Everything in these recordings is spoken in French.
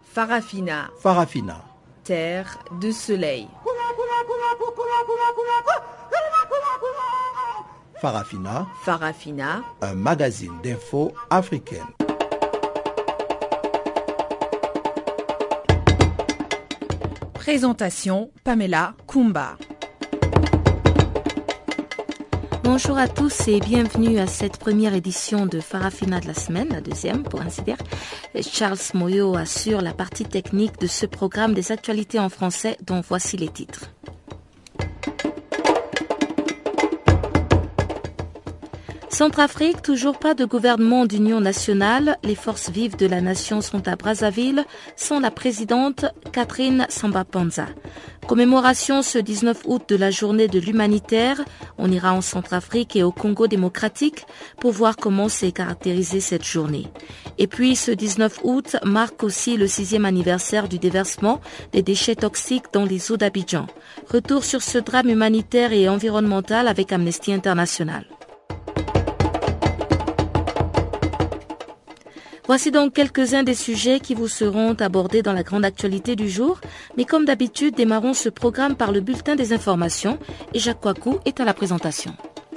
Farafina. Farafina. Terre de soleil. Farafina. Farafina. Un magazine d'infos africaine. Présentation Pamela Kumba. Bonjour à tous et bienvenue à cette première édition de Farafina de la semaine, la deuxième pour ainsi dire. Charles Moyo assure la partie technique de ce programme des actualités en français dont voici les titres. Centrafrique, toujours pas de gouvernement d'union nationale. Les forces vives de la nation sont à Brazzaville, sans la présidente Catherine Samba-Panza. Commémoration ce 19 août de la journée de l'humanitaire. On ira en Centrafrique et au Congo démocratique pour voir comment s'est caractérisée cette journée. Et puis ce 19 août marque aussi le 6e anniversaire du déversement des déchets toxiques dans les eaux d'Abidjan. Retour sur ce drame humanitaire et environnemental avec Amnesty International. Voici donc quelques-uns des sujets qui vous seront abordés dans la grande actualité du jour. Mais comme d'habitude, démarrons ce programme par le bulletin des informations et Jacques Kouakou est à la présentation.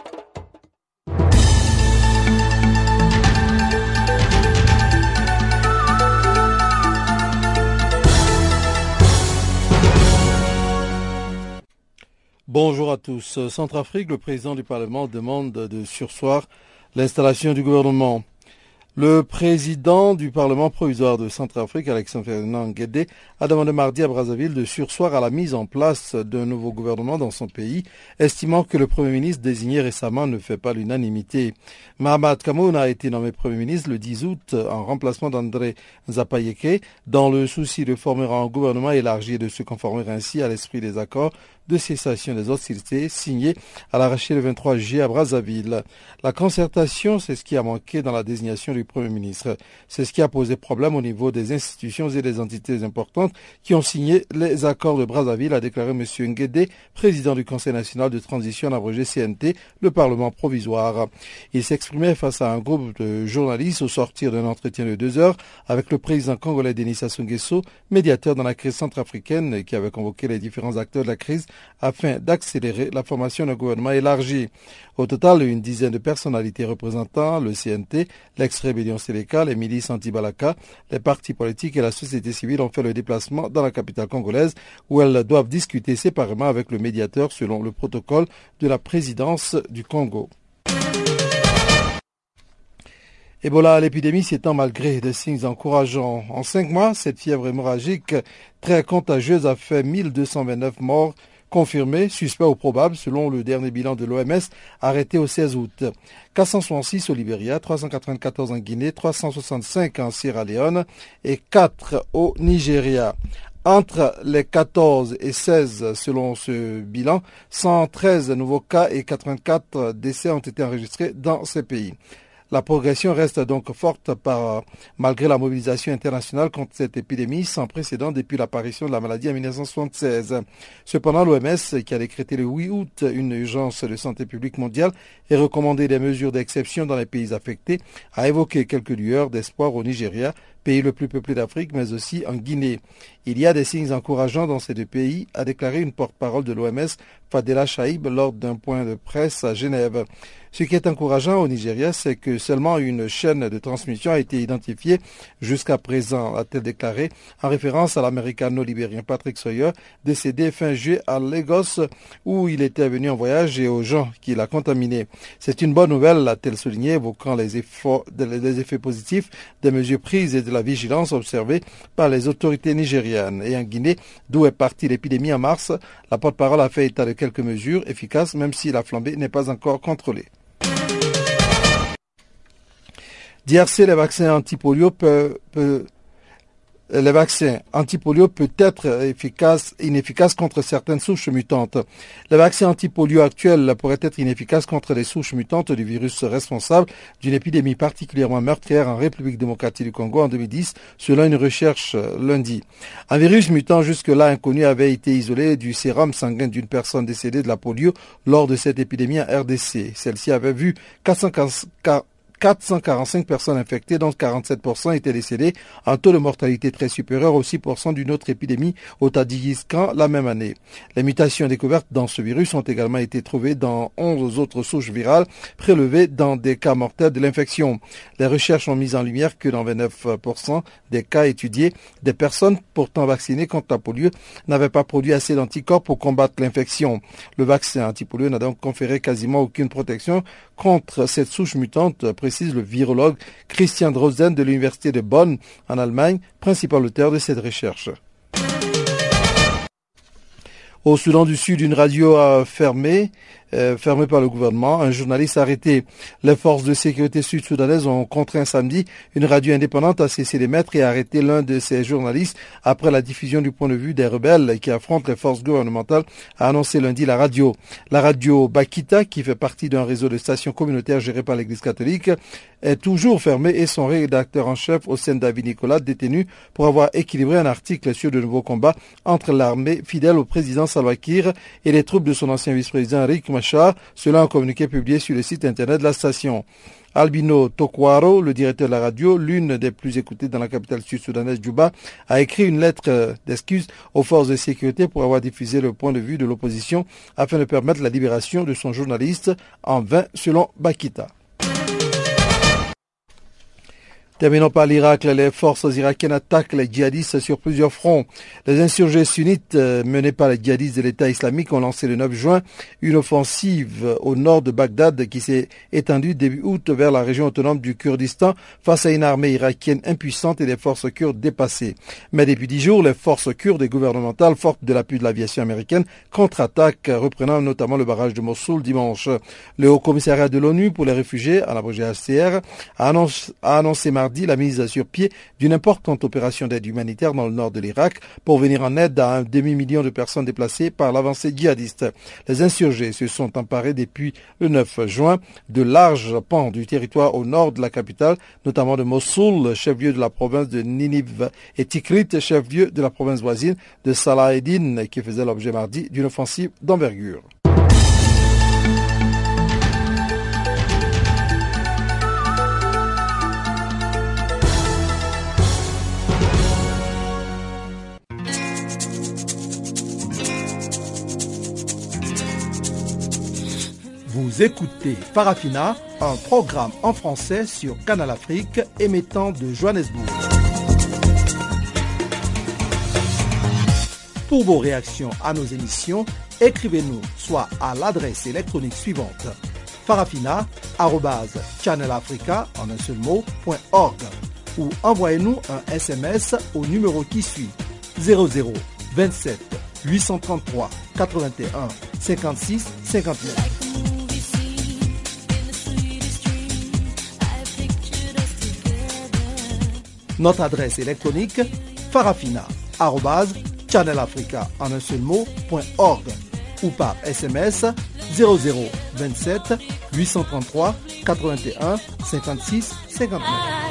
Bonjour à tous. Centrafrique, le président du Parlement demande de surseoir l'installation du gouvernement. Le président du Parlement provisoire de Centrafrique, Alexandre Ferdinand Guédé, a demandé mardi à Brazzaville de surseoir à la mise en place d'un nouveau gouvernement dans son pays, estimant que le Premier ministre désigné récemment ne fait pas l'unanimité. Mahamat Kamoun a été nommé Premier ministre le 10 août en remplacement d'André Nzapayeke, dans le souci de former un gouvernement élargi et de se conformer ainsi à l'esprit des accords de cessation des hostilités signés à l'arraché le 23 juillet à Brazzaville. La concertation, c'est ce qui a manqué dans la désignation du Premier ministre. C'est ce qui a posé problème au niveau des institutions et des entités importantes qui ont signé les accords de Brazzaville, a déclaré M. Nguédé, président du Conseil national de transition abrégé CNT, le Parlement provisoire. Il s'exprimait face à un groupe de journalistes au sortir d'un entretien de 2 heures avec le président congolais Denis Sassou Nguesso, médiateur dans la crise centrafricaine qui avait convoqué les différents acteurs de la crise afin d'accélérer la formation d'un gouvernement élargi. Au total, une dizaine de personnalités représentant le CNT, l'ex-rébellion Séléka, les milices anti-Balaka, les partis politiques et la société civile ont fait le déplacement dans la capitale congolaise où elles doivent discuter séparément avec le médiateur selon le protocole de la présidence du Congo. Ebola, l'épidémie s'étend malgré des signes encourageants. En 5 mois, cette fièvre hémorragique très contagieuse a fait 1229 morts confirmés, suspects ou probables, selon le dernier bilan de l'OMS arrêté au 16 août. 466 au Libéria, 394 en Guinée, 365 en Sierra Leone et 4 au Nigeria. Entre les 14 et 16, selon ce bilan, 113 nouveaux cas et 84 décès ont été enregistrés dans ces pays. La progression reste donc forte malgré la mobilisation internationale contre cette épidémie sans précédent depuis l'apparition de la maladie en 1976. Cependant, l'OMS, qui a décrété le 8 août une urgence de santé publique mondiale et recommandé des mesures d'exception dans les pays affectés, a évoqué quelques lueurs d'espoir au Nigeria, pays le plus peuplé d'Afrique, mais aussi en Guinée. Il y a des signes encourageants dans ces deux pays, a déclaré une porte-parole de l'OMS, Fadela Chaïb, lors d'un point de presse à Genève. Ce qui est encourageant au Nigeria, c'est que seulement une chaîne de transmission a été identifiée jusqu'à présent, a-t-elle déclaré, en référence à l'américano-libérien Patrick Sawyer, décédé fin juillet à Lagos, où il était venu en voyage, et aux gens qu'il a contaminés. C'est une bonne nouvelle, a-t-elle souligné, évoquant les effets positifs des mesures prises et de la vigilance observée par les autorités nigérianes. Et en Guinée, d'où est partie l'épidémie en mars, la porte-parole a fait état de quelques mesures efficaces, même si la flambée n'est pas encore contrôlée. DRC, les vaccins antipolio peut être inefficace contre certaines souches mutantes. Les vaccins antipolio actuels pourraient être inefficaces contre les souches mutantes du virus responsable d'une épidémie particulièrement meurtrière en République démocratique du Congo en 2010, selon une recherche lundi. Un virus mutant jusque-là inconnu avait été isolé du sérum sanguin d'une personne décédée de la polio lors de cette épidémie en RDC. Celle-ci avait vu 445 personnes infectées, dont 47% étaient décédées, un taux de mortalité très supérieur au 6% d'une autre épidémie au Tadjikistan la même année. Les mutations découvertes dans ce virus ont également été trouvées dans 11 autres souches virales prélevées dans des cas mortels de l'infection. Les recherches ont mis en lumière que dans 29% des cas étudiés, des personnes pourtant vaccinées contre la polio n'avaient pas produit assez d'anticorps pour combattre l'infection. Le vaccin antipolio n'a donc conféré quasiment aucune protection contre cette souche mutante, précise le virologue Christian Drosten de l'Université de Bonn en Allemagne, principal auteur de cette recherche. Au Soudan du Sud, une radio a fermé par le gouvernement, un journaliste arrêté. Les forces de sécurité sud-soudanaises ont contraint samedi une radio indépendante à cesser d'émettre et à arrêter l'un de ses journalistes après la diffusion du point de vue des rebelles qui affrontent les forces gouvernementales, a annoncé lundi la radio. La radio Bakita, qui fait partie d'un réseau de stations communautaires géré par l'Église catholique, est toujours fermée et son rédacteur en chef, Hossein David Nicolas, détenu pour avoir équilibré un article sur de nouveaux combats entre l'armée fidèle au président Salva Kiir et les troupes de son ancien vice-président Riek Machar, selon un communiqué publié sur le site internet de la station. Albino Tokwaro, le directeur de la radio, l'une des plus écoutées dans la capitale sud-soudanaise Djouba, a écrit une lettre d'excuse aux forces de sécurité pour avoir diffusé le point de vue de l'opposition afin de permettre la libération de son journaliste en vain, selon Bakita. Terminons par l'Irak. Les forces irakiennes attaquent les djihadistes sur plusieurs fronts. Les insurgés sunnites menés par les djihadistes de l'État islamique ont lancé le 9 juin une offensive au nord de Bagdad qui s'est étendue début août vers la région autonome du Kurdistan face à une armée irakienne impuissante et des forces kurdes dépassées. Mais depuis 10 jours, les forces kurdes et gouvernementales, fortes de l'appui de l'aviation américaine, contre-attaquent, reprenant notamment le barrage de Mossoul dimanche. Le Haut-Commissariat de l'ONU pour les réfugiés, en abrégé HCR, a annoncé mardi la mise sur pied d'une importante opération d'aide humanitaire dans le nord de l'Irak pour venir en aide à un demi-million de personnes déplacées par l'avancée djihadiste. Les insurgés se sont emparés depuis le 9 juin de larges pans du territoire au nord de la capitale, notamment de Mossoul, chef-lieu de la province de Ninive, et Tikrit, chef-lieu de la province voisine de Salah Eddin, qui faisait l'objet mardi d'une offensive d'envergure. Vous écoutez Farafina, un programme en français sur Canal Afrique émettant de Johannesburg. Pour vos réactions à nos émissions, écrivez-nous soit à l'adresse électronique suivante farafina@channelafrica en un seul mot.org ou envoyez-nous un SMS au numéro qui suit 00 27 833 81 56 59. Notre adresse électronique farafina@channelafrica en un seul mot.org ou par SMS 0027 833 81 56 59.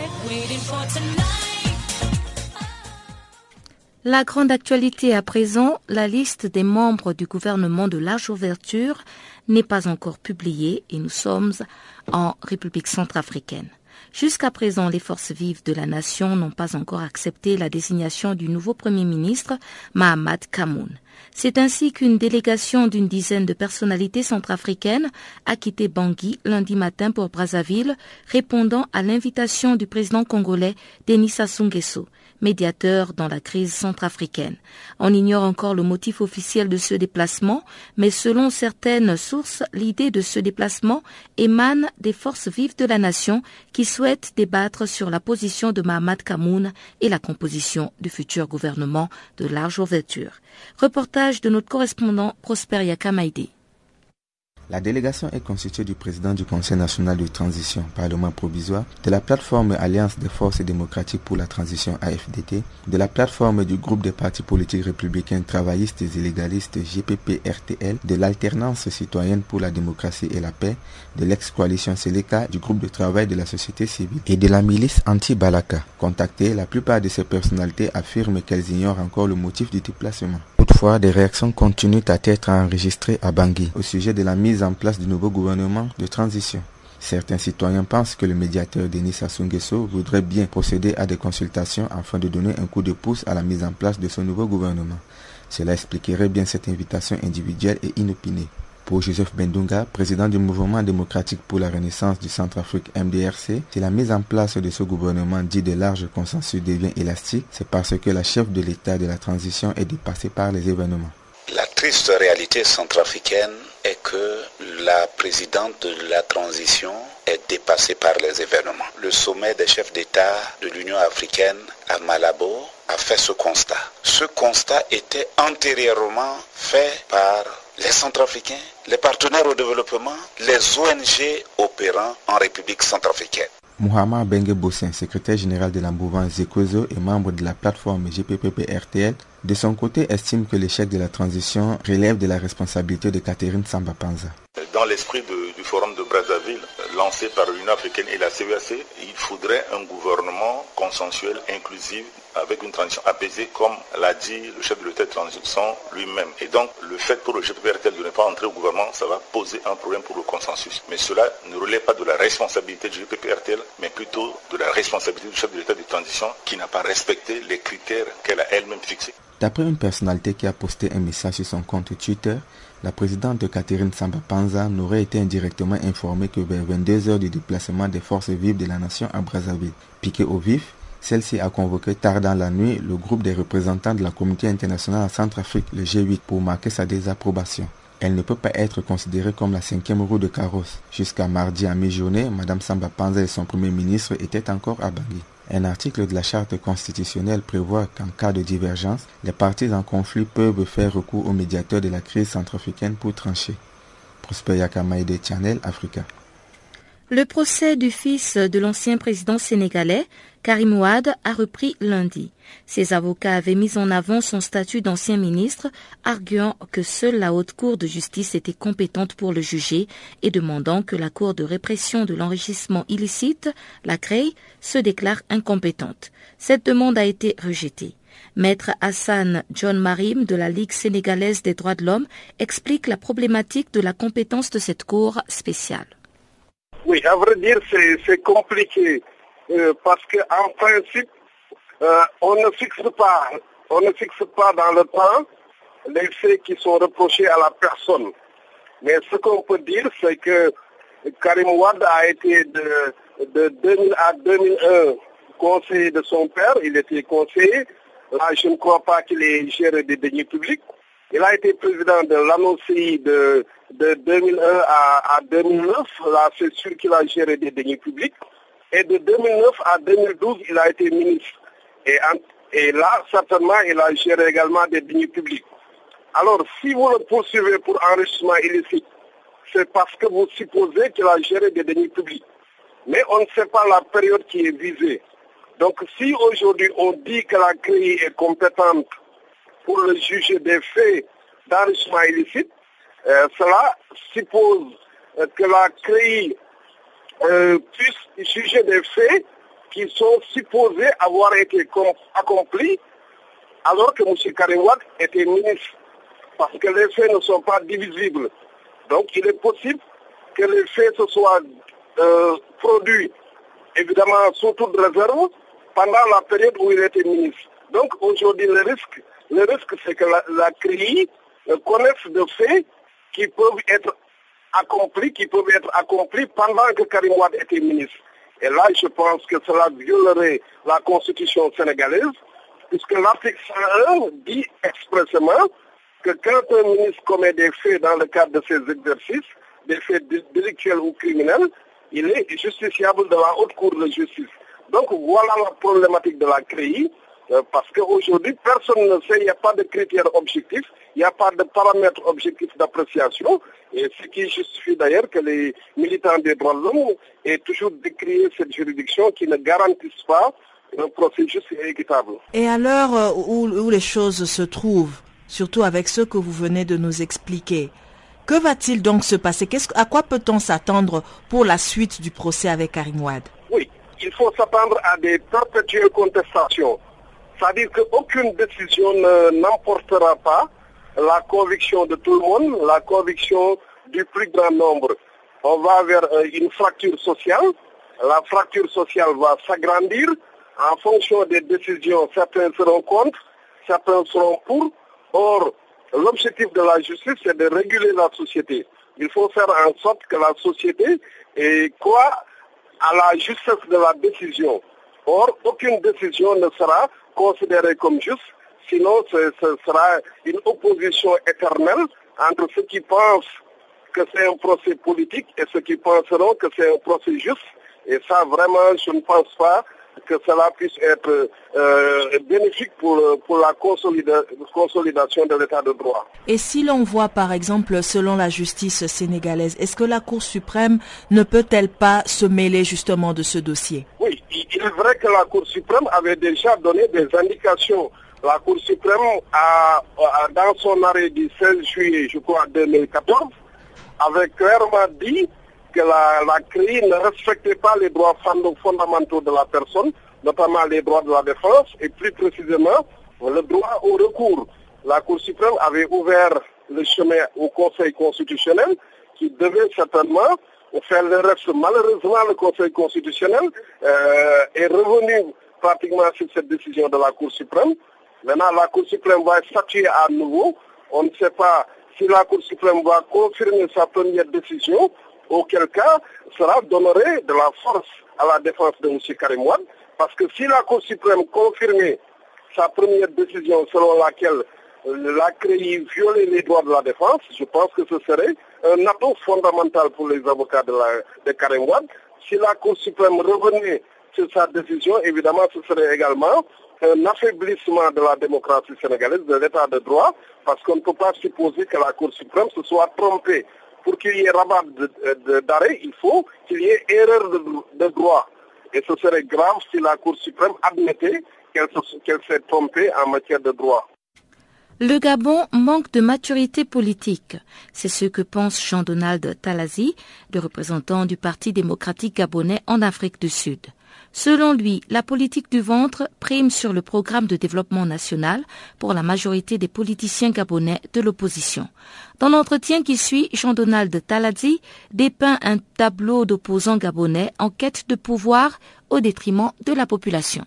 La grande actualité à présent, la liste des membres du gouvernement de large ouverture n'est pas encore publiée et nous sommes en République centrafricaine. Jusqu'à présent, les forces vives de la nation n'ont pas encore accepté la désignation du nouveau Premier ministre, Mahamat Kamoun. C'est ainsi qu'une délégation d'une dizaine de personnalités centrafricaines a quitté Bangui lundi matin pour Brazzaville, répondant à l'invitation du président congolais Denis Sassou Nguesso, médiateur dans la crise centrafricaine. On ignore encore le motif officiel de ce déplacement, mais selon certaines sources, l'idée de ce déplacement émane des forces vives de la nation qui souhaitent débattre sur la position de Mahamat Kamoun et la composition du futur gouvernement de large ouverture. Reportage de notre correspondant Prosper Yakamaïdé. La délégation est constituée du président du Conseil national de transition, Parlement provisoire, de la plateforme Alliance des forces démocratiques pour la transition AFDT, de la plateforme du groupe des partis politiques républicains travaillistes et légalistes GPP-RTL, de l'alternance citoyenne pour la démocratie et la paix, de l'ex-coalition Seleka, du groupe de travail de la société civile et de la milice anti-Balaka. Contactées, la plupart de ces personnalités affirment qu'elles ignorent encore le motif du déplacement. Toutefois, des réactions continuent à être enregistrées à Bangui au sujet de la mise en place du nouveau gouvernement de transition. Certains citoyens pensent que le médiateur Denis Sassou Nguesso voudrait bien procéder à des consultations afin de donner un coup de pouce à la mise en place de ce nouveau gouvernement. Cela expliquerait bien cette invitation individuelle et inopinée. Pour Joseph Bendunga, président du Mouvement démocratique pour la renaissance du Centrafrique MDRC, si la mise en place de ce gouvernement dit de large consensus devient élastique, c'est parce que la chef de l'État de la transition est dépassée par les événements. La triste réalité centrafricaine est que la présidente de la transition est dépassée par les événements. Le sommet des chefs d'État de l'Union africaine à Malabo a fait ce constat. Ce constat était antérieurement fait par les Centrafricains, les partenaires au développement, les ONG opérant en République centrafricaine. Mohamed Bengue Bossin, secrétaire général de la mouvance Zekozo et membre de la plateforme GPPP-RTL, de son côté estime que l'échec de la transition relève de la responsabilité de Catherine Samba Panza. Dans l'esprit du forum de Brazzaville, lancé par l'Union africaine et la CEAC, il faudrait un gouvernement consensuel, inclusif, avec une transition apaisée, comme l'a dit le chef de l'État de transition lui-même. Et donc, le fait pour le GPPRTL de ne pas entrer au gouvernement, ça va poser un problème pour le consensus. Mais cela ne relève pas de la responsabilité du GPPRTL, mais plutôt de la responsabilité du chef de l'État de transition qui n'a pas respecté les critères qu'elle a elle-même fixés. D'après une personnalité qui a posté un message sur son compte Twitter, la présidente Catherine Samba Panza n'aurait été indirectement informée que vers 22 heures du déplacement des forces vives de la nation à Brazzaville. Piquée au vif, celle-ci a convoqué tard dans la nuit le groupe des représentants de la communauté internationale en Centrafrique, le G8, pour marquer sa désapprobation. Elle ne peut pas être considérée comme la cinquième roue de carrosse. Jusqu'à mardi à mi-journée, Mme Samba Panza et son premier ministre étaient encore à Bangui. Un article de la charte constitutionnelle prévoit qu'en cas de divergence, les parties en conflit peuvent faire recours au médiateur de la crise centrafricaine pour trancher. Prosper Yakamaïde, Channel Africa. Le procès du fils de l'ancien président sénégalais, Karim Wade, a repris lundi. Ses avocats avaient mis en avant son statut d'ancien ministre, arguant que seule la Haute Cour de justice était compétente pour le juger et demandant que la Cour de répression de l'enrichissement illicite, la CREI, se déclare incompétente. Cette demande a été rejetée. Maître Hassan John Marim de la Ligue sénégalaise des droits de l'homme explique la problématique de la compétence de cette Cour spéciale. Oui, à vrai dire, c'est compliqué parce qu'en principe, on ne fixe pas dans le temps les faits qui sont reprochés à la personne. Mais ce qu'on peut dire, c'est que Karim Wade a été de 2000 à 2001 conseiller de son père, il était conseiller. Là, je ne crois pas qu'il ait géré des deniers publics. Il a été président de l'ANOCI de 2001 à 2009. Là, c'est sûr qu'il a géré des deniers publics. Et de 2009 à 2012, il a été ministre. Et là, certainement, il a géré également des deniers publics. Alors, si vous le poursuivez pour enrichissement illicite, c'est parce que vous supposez qu'il a géré des deniers publics. Mais on ne sait pas la période qui est visée. Donc, si aujourd'hui on dit que la CREI est compétente pour le juger des faits d'enrichissement illicite, cela suppose que la CREI puisse juger des faits qui sont supposés avoir été accomplis alors que M. Karim Wade était ministre, parce que les faits ne sont pas divisibles. Donc il est possible que les faits se soient produits, évidemment sous toute réserve, pendant la période où il était ministre. Donc aujourd'hui le risque c'est que la CREI connaisse de faits qui peuvent être accomplis pendant que Karim Wade était ministre. Et là, je pense que cela violerait la Constitution sénégalaise, puisque l'article 101 dit expressément que quand un ministre commet des faits dans le cadre de ses exercices, des faits délictuels ou criminels, il est justiciable de la Haute Cour de justice. Donc voilà la problématique de la CREI, parce qu'aujourd'hui, personne ne sait, il n'y a pas de critères objectifs, il n'y a pas de paramètres objectifs d'appréciation, et ce qui justifie d'ailleurs que les militants des droits de l'homme aient toujours décrié cette juridiction qui ne garantisse pas un procès juste et équitable. Et à l'heure où les choses se trouvent, surtout avec ce que vous venez de nous expliquer, que va-t-il donc se passer? À quoi peut-on s'attendre pour la suite du procès avec Karim Wade? Oui, il faut s'attendre à des perpétuelles contestations. C'est-à-dire qu'aucune décision n'emportera pas la conviction de tout le monde, la conviction du plus grand nombre. on va vers une fracture sociale. La fracture sociale va s'agrandir en fonction des décisions. Certains seront contre, certains seront pour. Or, l'objectif de la justice, c'est de réguler la société. Il faut faire en sorte que la société croit à la justesse de la décision. Or, aucune décision ne sera considérée comme juste, sinon ce sera une opposition éternelle entre ceux qui pensent que c'est un procès politique et ceux qui penseront que c'est un procès juste. Et ça, vraiment, je ne pense pas que cela puisse être bénéfique pour la consolidation de l'état de droit. Et si l'on voit, par exemple, selon la justice sénégalaise, est-ce que la Cour suprême ne peut-elle pas se mêler justement de ce dossier? Oui, il est vrai que la Cour suprême avait déjà donné des indications. La Cour suprême dans son arrêt du 16 juillet, je crois, 2014, avait clairement dit que la CREI ne respectait pas les droits fondamentaux de la personne, notamment les droits de la défense et plus précisément le droit au recours. La Cour suprême avait ouvert le chemin au Conseil constitutionnel qui devait certainement faire le reste. Malheureusement, le Conseil constitutionnel est revenu pratiquement sur cette décision de la Cour suprême. Maintenant, la Cour suprême va statuer à nouveau. On ne sait pas si la Cour suprême va confirmer sa première décision, auquel cas cela donnerait de la force à la défense de M. Karim Wade, parce que si la Cour suprême confirmait sa première décision selon laquelle la CREI violait les droits de la défense, je pense que ce serait un atout fondamental pour les avocats de Karim Wade. Si la Cour suprême revenait sur sa décision, évidemment ce serait également un affaiblissement de la démocratie sénégalaise, de l'état de droit, parce qu'on ne peut pas supposer que la Cour suprême se soit trompée. Pour qu'il y ait rabat d'arrêt, il faut qu'il y ait erreur de droit. Et ce serait grave si la Cour suprême admettait qu'elle s'est trompée en matière de droit. Le Gabon manque de maturité politique. C'est ce que pense Jean-Donald Talazi, le représentant du Parti démocratique gabonais en Afrique du Sud. Selon lui, la politique du ventre prime sur le programme de développement national pour la majorité des politiciens gabonais de l'opposition. Dans l'entretien qui suit, Jean-Donald Talazi dépeint un tableau d'opposants gabonais en quête de pouvoir au détriment de la population.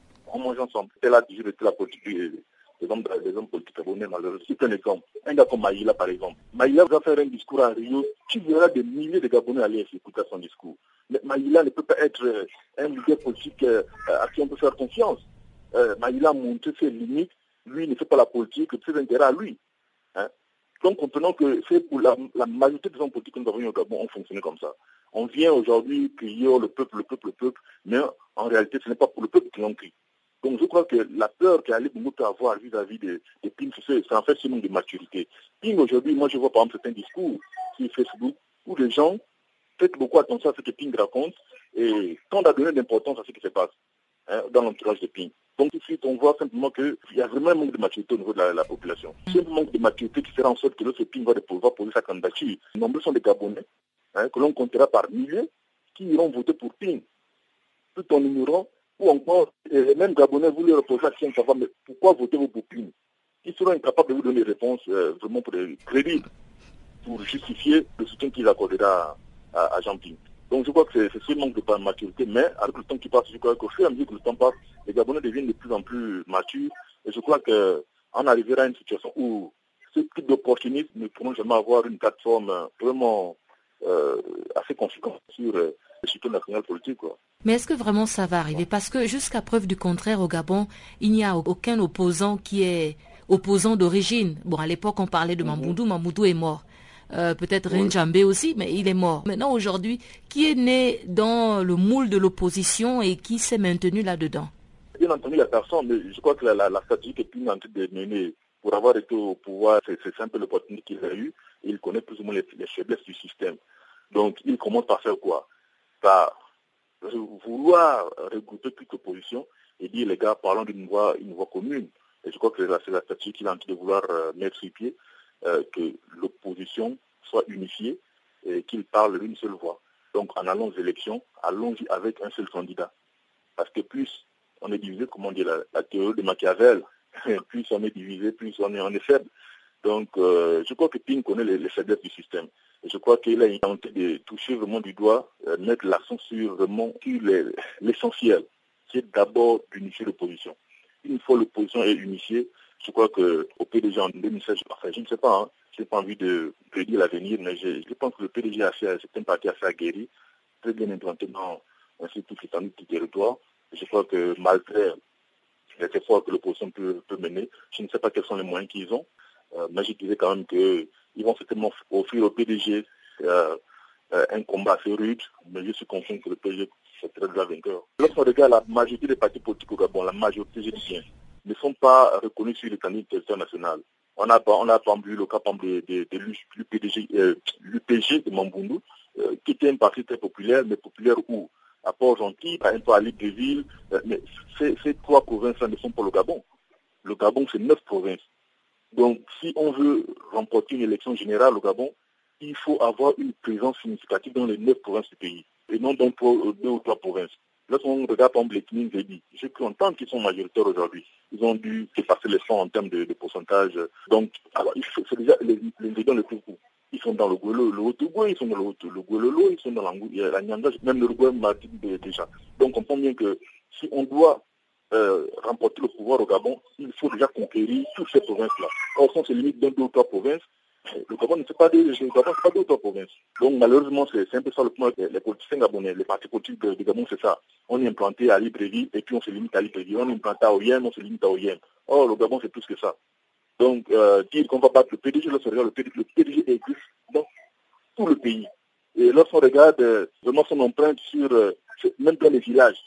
C'est la politique des hommes politiques gabonais, malheureusement. C'est un exemple. Un gars comme Maïla, par exemple. Maïla va faire un discours à Rio. Tu verras des milliers de Gabonais aller écouter son discours. Mais Maïla ne peut pas être un leader politique à qui on peut faire confiance. Maïla a montré ses limites. Lui ne fait pas la politique, ses intérêts à lui. Donc, comprenons que c'est pour la majorité des hommes politiques que nous avons eu au Gabon ont fonctionné comme ça. On vient aujourd'hui crier le peuple, mais en réalité, ce n'est pas pour le peuple qu'ils l'ont crié. Donc je crois que la peur qu'Ali Bongo peut avoir vis-à-vis de Ping, c'est en fait ce manque de maturité. Ping aujourd'hui, moi je vois par exemple certains discours sur Facebook où les gens font beaucoup attention à ce que Ping raconte et tendent à donner de l'importance à ce qui se passe dans l'entourage de Ping. Donc tout de suite, on voit simplement qu'il y a vraiment un manque de maturité au niveau de la population. C'est un manque de maturité qui fera en sorte que lorsque Ping va pouvoir poser sa candidature, nombreux sont des Gabonais que l'on comptera par milliers qui iront voter pour Ping, tout en ignorant. Ou encore, les mêmes Gabonais, vous leur posez la question de savoir, mais pourquoi votez-vous pour Ping? Ils seront incapables de vous donner des réponses vraiment crédibles pour justifier le soutien qu'ils accordera à Jean Ping. Donc je crois que c'est ce manque de maturité, mais avec le temps qui passe, je crois qu'au fur et à mesure que le temps passe, les Gabonais deviennent de plus en plus matures. Et je crois qu'on arrivera à une situation où ce type d'opportunistes ne pourront jamais avoir une plateforme vraiment assez conséquente sur le soutien national politique, quoi. Mais est-ce que vraiment ça va arriver? Parce que jusqu'à preuve du contraire, au Gabon, il n'y a aucun opposant qui est opposant d'origine. Bon, à l'époque, on parlait de Mamboundou. Mamboundou est mort. Peut-être Rinjambé aussi, mais il est mort. Maintenant, aujourd'hui, qui est né dans le moule de l'opposition et qui s'est maintenu là-dedans? Bien entendu, il n'y a personne, mais je crois que la stratégie que Ping est en train de mener pour avoir été au pouvoir, c'est simple l'opportunité qu'il a eue. Et il connaît plus ou moins les faiblesses du système. Donc, il commence par faire quoi? Par vouloir regrouper toute l'opposition et dire, les gars, parlons d'une voix commune. Et je crois que c'est la stratégie qu'il est en train de vouloir mettre sur pied, que l'opposition soit unifiée et qu'il parle d'une seule voix. Donc, en allant aux élections, allons-y avec un seul candidat. Parce que plus on est divisé, comme on dit la théorie de Machiavel, plus on est divisé, plus on est faible. Donc, je crois que Ping connaît les faiblesses du système. Je crois qu'il a tenté de toucher vraiment du doigt, mettre l'accent sur l'essentiel, c'est d'abord d'unifier l'opposition. Une fois l'opposition est unifiée, je crois qu'au PDG en 2016, enfin je ne sais pas, je n'ai pas envie de prédire l'avenir, mais je pense que le PDG a fait certaines parties assez aguerries, très bien implanté dans toute l'étendue du territoire. Je crois que malgré les efforts que l'opposition peut mener, je ne sais pas quels sont les moyens qu'ils ont, mais je dirais quand même qu'ils vont certainement offrir au PDG un combat assez rude, mais je suis confiant que le PDG serait déjà vainqueur. Lorsqu'on regarde la majorité des partis politiques au Gabon, la majorité, je dis bien, ne sont pas reconnus sur l'étendue du territoire national. On a par exemple eu le cas de l'UPG de Mamboundou, qui était un parti très populaire, mais populaire où? À Port-Gentil, un peu à Libreville, mais ces 3 provinces-là ne sont pas le Gabon. Le Gabon, c'est 9 provinces. Donc, si on veut remporter une élection générale au Gabon, il faut avoir une présence significative dans les 9 provinces du pays, et non dans 2 ou 3 provinces. Lorsqu'on regarde par exemple les Kinin Zébi, je peux entendre qu'ils sont majoritaires aujourd'hui. Ils ont dû dépasser les 100 en termes de pourcentage. Donc, alors, c'est déjà les leaders les plus courts. Ils sont dans le Haut-Tougoué, ils sont dans le Gouelolo, ils sont dans la Nyanga, même le Rougoua m'a dit déjà. Donc, on comprend bien que si on doit remporter le pouvoir au Gabon, il faut déjà conquérir toutes ces provinces-là. Or, si on se limite dans 2 ou 3 provinces, le Gabon ne fait pas 2 ou 3 provinces. Donc, malheureusement, c'est un peu ça le point. Les politiciens gabonais, les partis politiques du Gabon, c'est ça. On est implanté à Libreville et puis on se limite à Libreville. On est implanté à Oyem, on se limite à Oyem. Or, le Gabon, c'est plus que ça. Donc, dire qu'on va battre le PDG, le PDG existe dans tout le pays. Et lorsqu'on regarde vraiment son empreinte même dans les villages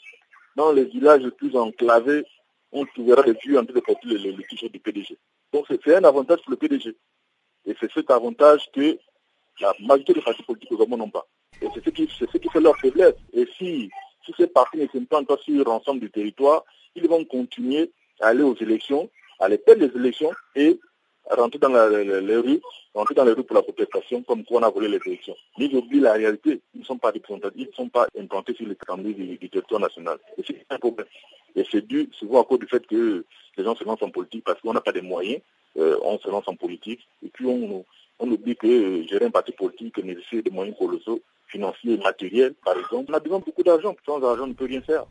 les plus enclavés, on trouvera les vieux en train de porter le t-shirt du PDG. Donc, c'est un avantage pour le PDG. Et c'est cet avantage que la majorité des partis politiques au Gabon n'ont pas. Et c'est ce qui fait leur faiblesse. Et si ces partis ne s'implantent pas sur l'ensemble du territoire, ils vont continuer à aller aux élections, à aller perdre les élections et à rentrer dans les rues pour la protestation, comme quoi on a volé les élections. Mais ils oublient la réalité. Ils ne sont pas représentatifs, ils ne sont pas implantés sur l'étendue du territoire national. Et c'est un problème. Et c'est dû souvent à cause du fait que les gens se lancent en politique parce qu'on n'a pas de moyens. On se lance en politique. Et puis on oublie que gérer un parti politique nécessite des moyens colossaux, financiers et matériels, par exemple. On a besoin de beaucoup d'argent. Sans argent, on ne peut rien faire.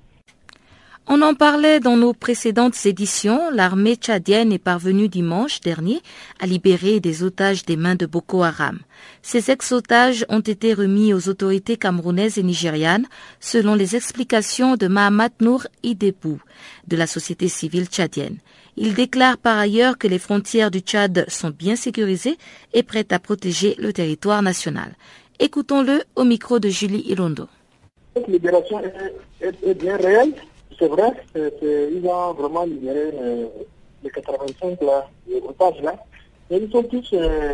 On en parlait dans nos précédentes éditions. L'armée tchadienne est parvenue dimanche dernier à libérer des otages des mains de Boko Haram. Ces ex-otages ont été remis aux autorités camerounaises et nigérianes, selon les explications de Mahamat Nour Idebou, de la société civile tchadienne. Il déclare par ailleurs que les frontières du Tchad sont bien sécurisées et prêtes à protéger le territoire national. Écoutons-le au micro de Julie Irondo. Cette libération est bien réelle. C'est vrai, ils ont vraiment libéré les 85 otages là. Mais ils sont tous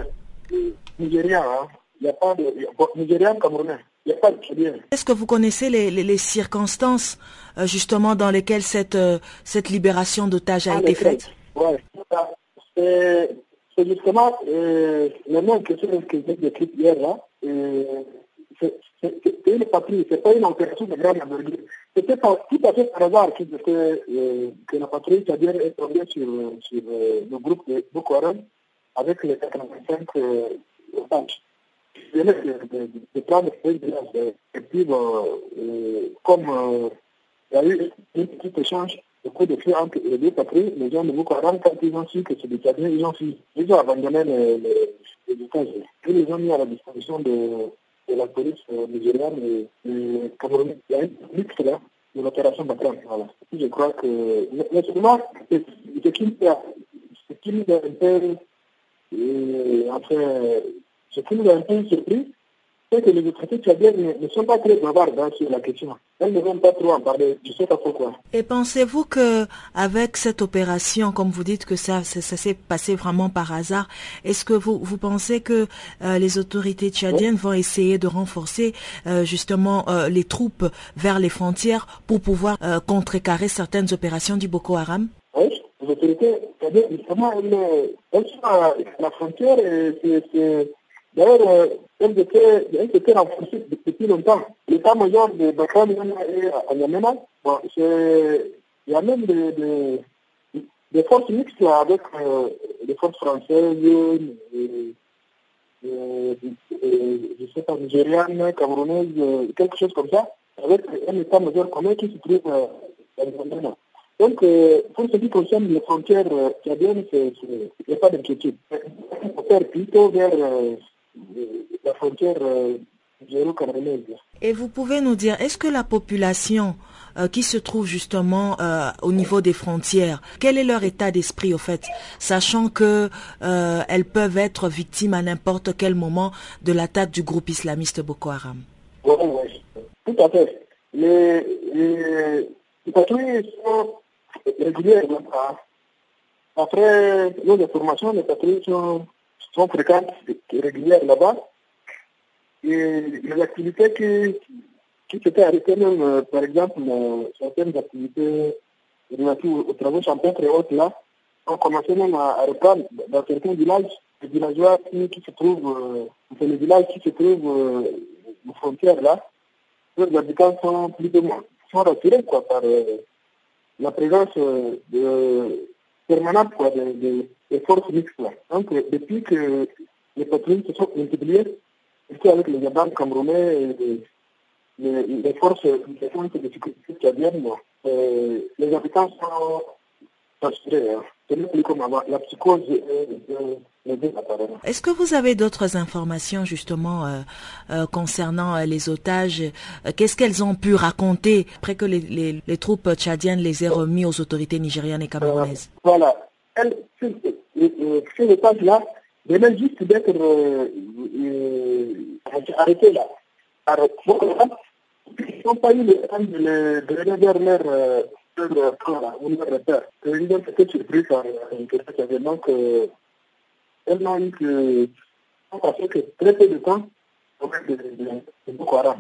nigérians. Il n'y a pas de nigériens camerounais. Il n'y a pas de Tchadien. Est-ce que vous connaissez les circonstances justement dans lesquelles cette libération d'otages a été faite? Oui, c'est justement le nom que j'ai décrit hier là. C'est une patrouille, c'est pas une opération de grande envergure. C'était tout à fait par hasard que la patrouille tchadienne est tombée sur le groupe de Boko Haram avec les 85 otages. Ils venaient de prendre ce village. Et puis, comme il y a eu un petit échange de coups de feu entre les deux patrouilles, les gens de Boko Haram, quand ils ont su que c'est des Tchadiens, ils ont abandonné les otages. Puis ils les ont mis à la disposition de la police nigériane et camerounaise. Il y a une lutte là de l'opération Batran. Voilà. Je crois que mais seulement ce qui nous a un peu surpris, c'est que les autorités tchadiennes ne sont pas très bavardes sur la question. Elles ne vont pas trop en parler, je ne sais pas pourquoi. Et pensez-vous que avec cette opération, comme vous dites que ça s'est passé vraiment par hasard, est-ce que vous pensez que les autorités tchadiennes vont essayer de renforcer justement les troupes vers les frontières pour pouvoir contrecarrer certaines opérations du Boko Haram? Oui, les autorités tchadiennes, justement, elles sont à la frontière et d'ailleurs, elles étaient renforcées depuis longtemps. L'état-major de Bakram est à N'Djamena. Bon, il y a même des forces mixtes là, avec des forces françaises, des je sais pas, nigériane, camerounaise, quelque chose comme ça, avec un état-major commun qui se trouve dans l'environnement. Donc, pour ce qui concerne les frontières tchadiennes, il n'y a pas d'inquiétude. Il faut faire plutôt vers la frontière nigéro-camerounaise. Et vous pouvez nous dire, est-ce que la population qui se trouve justement au niveau des frontières, quel est leur état d'esprit au fait, sachant que elles peuvent être victimes à n'importe quel moment de l'attaque du groupe islamiste Boko Haram? Oui, tout à fait. Les patrouilles sont régulières. Après nos informations, les patrouilles sont fréquentes et régulières là-bas. Et les activités qui s'étaient arrêtées même, par exemple, certaines activités relatives aux travaux champêtres et autres là, ont commencé même à reprendre dans certains villages, les villageois qui se trouvent, les villages qui se trouvent aux frontières là, les habitants sont rassurés quoi, par la présence permanente quoi, des forces mixtes là. Donc depuis que les patrouilles se sont multipliées, surtout avec les gendarmes camerounais et les forces de sécurité tchadiennes, les habitants sont rassurés. Ce n'est plus comme avant. La psychose est apparemment. Est-ce que vous avez d'autres informations justement concernant les otages? Qu'est-ce qu'elles ont pu raconter après que les troupes tchadiennes les aient remis aux autorités nigérianes et camerounaises? Voilà. Ces otages-là venaient juste d'être arrêtés là. Ils n'ont pas eu le temps de les vers leur camp, ou leur repère. Ils ont été surpris par l'interprétation. Donc, elles n'ont eu que passer que très peu de temps avec de Boko Haram.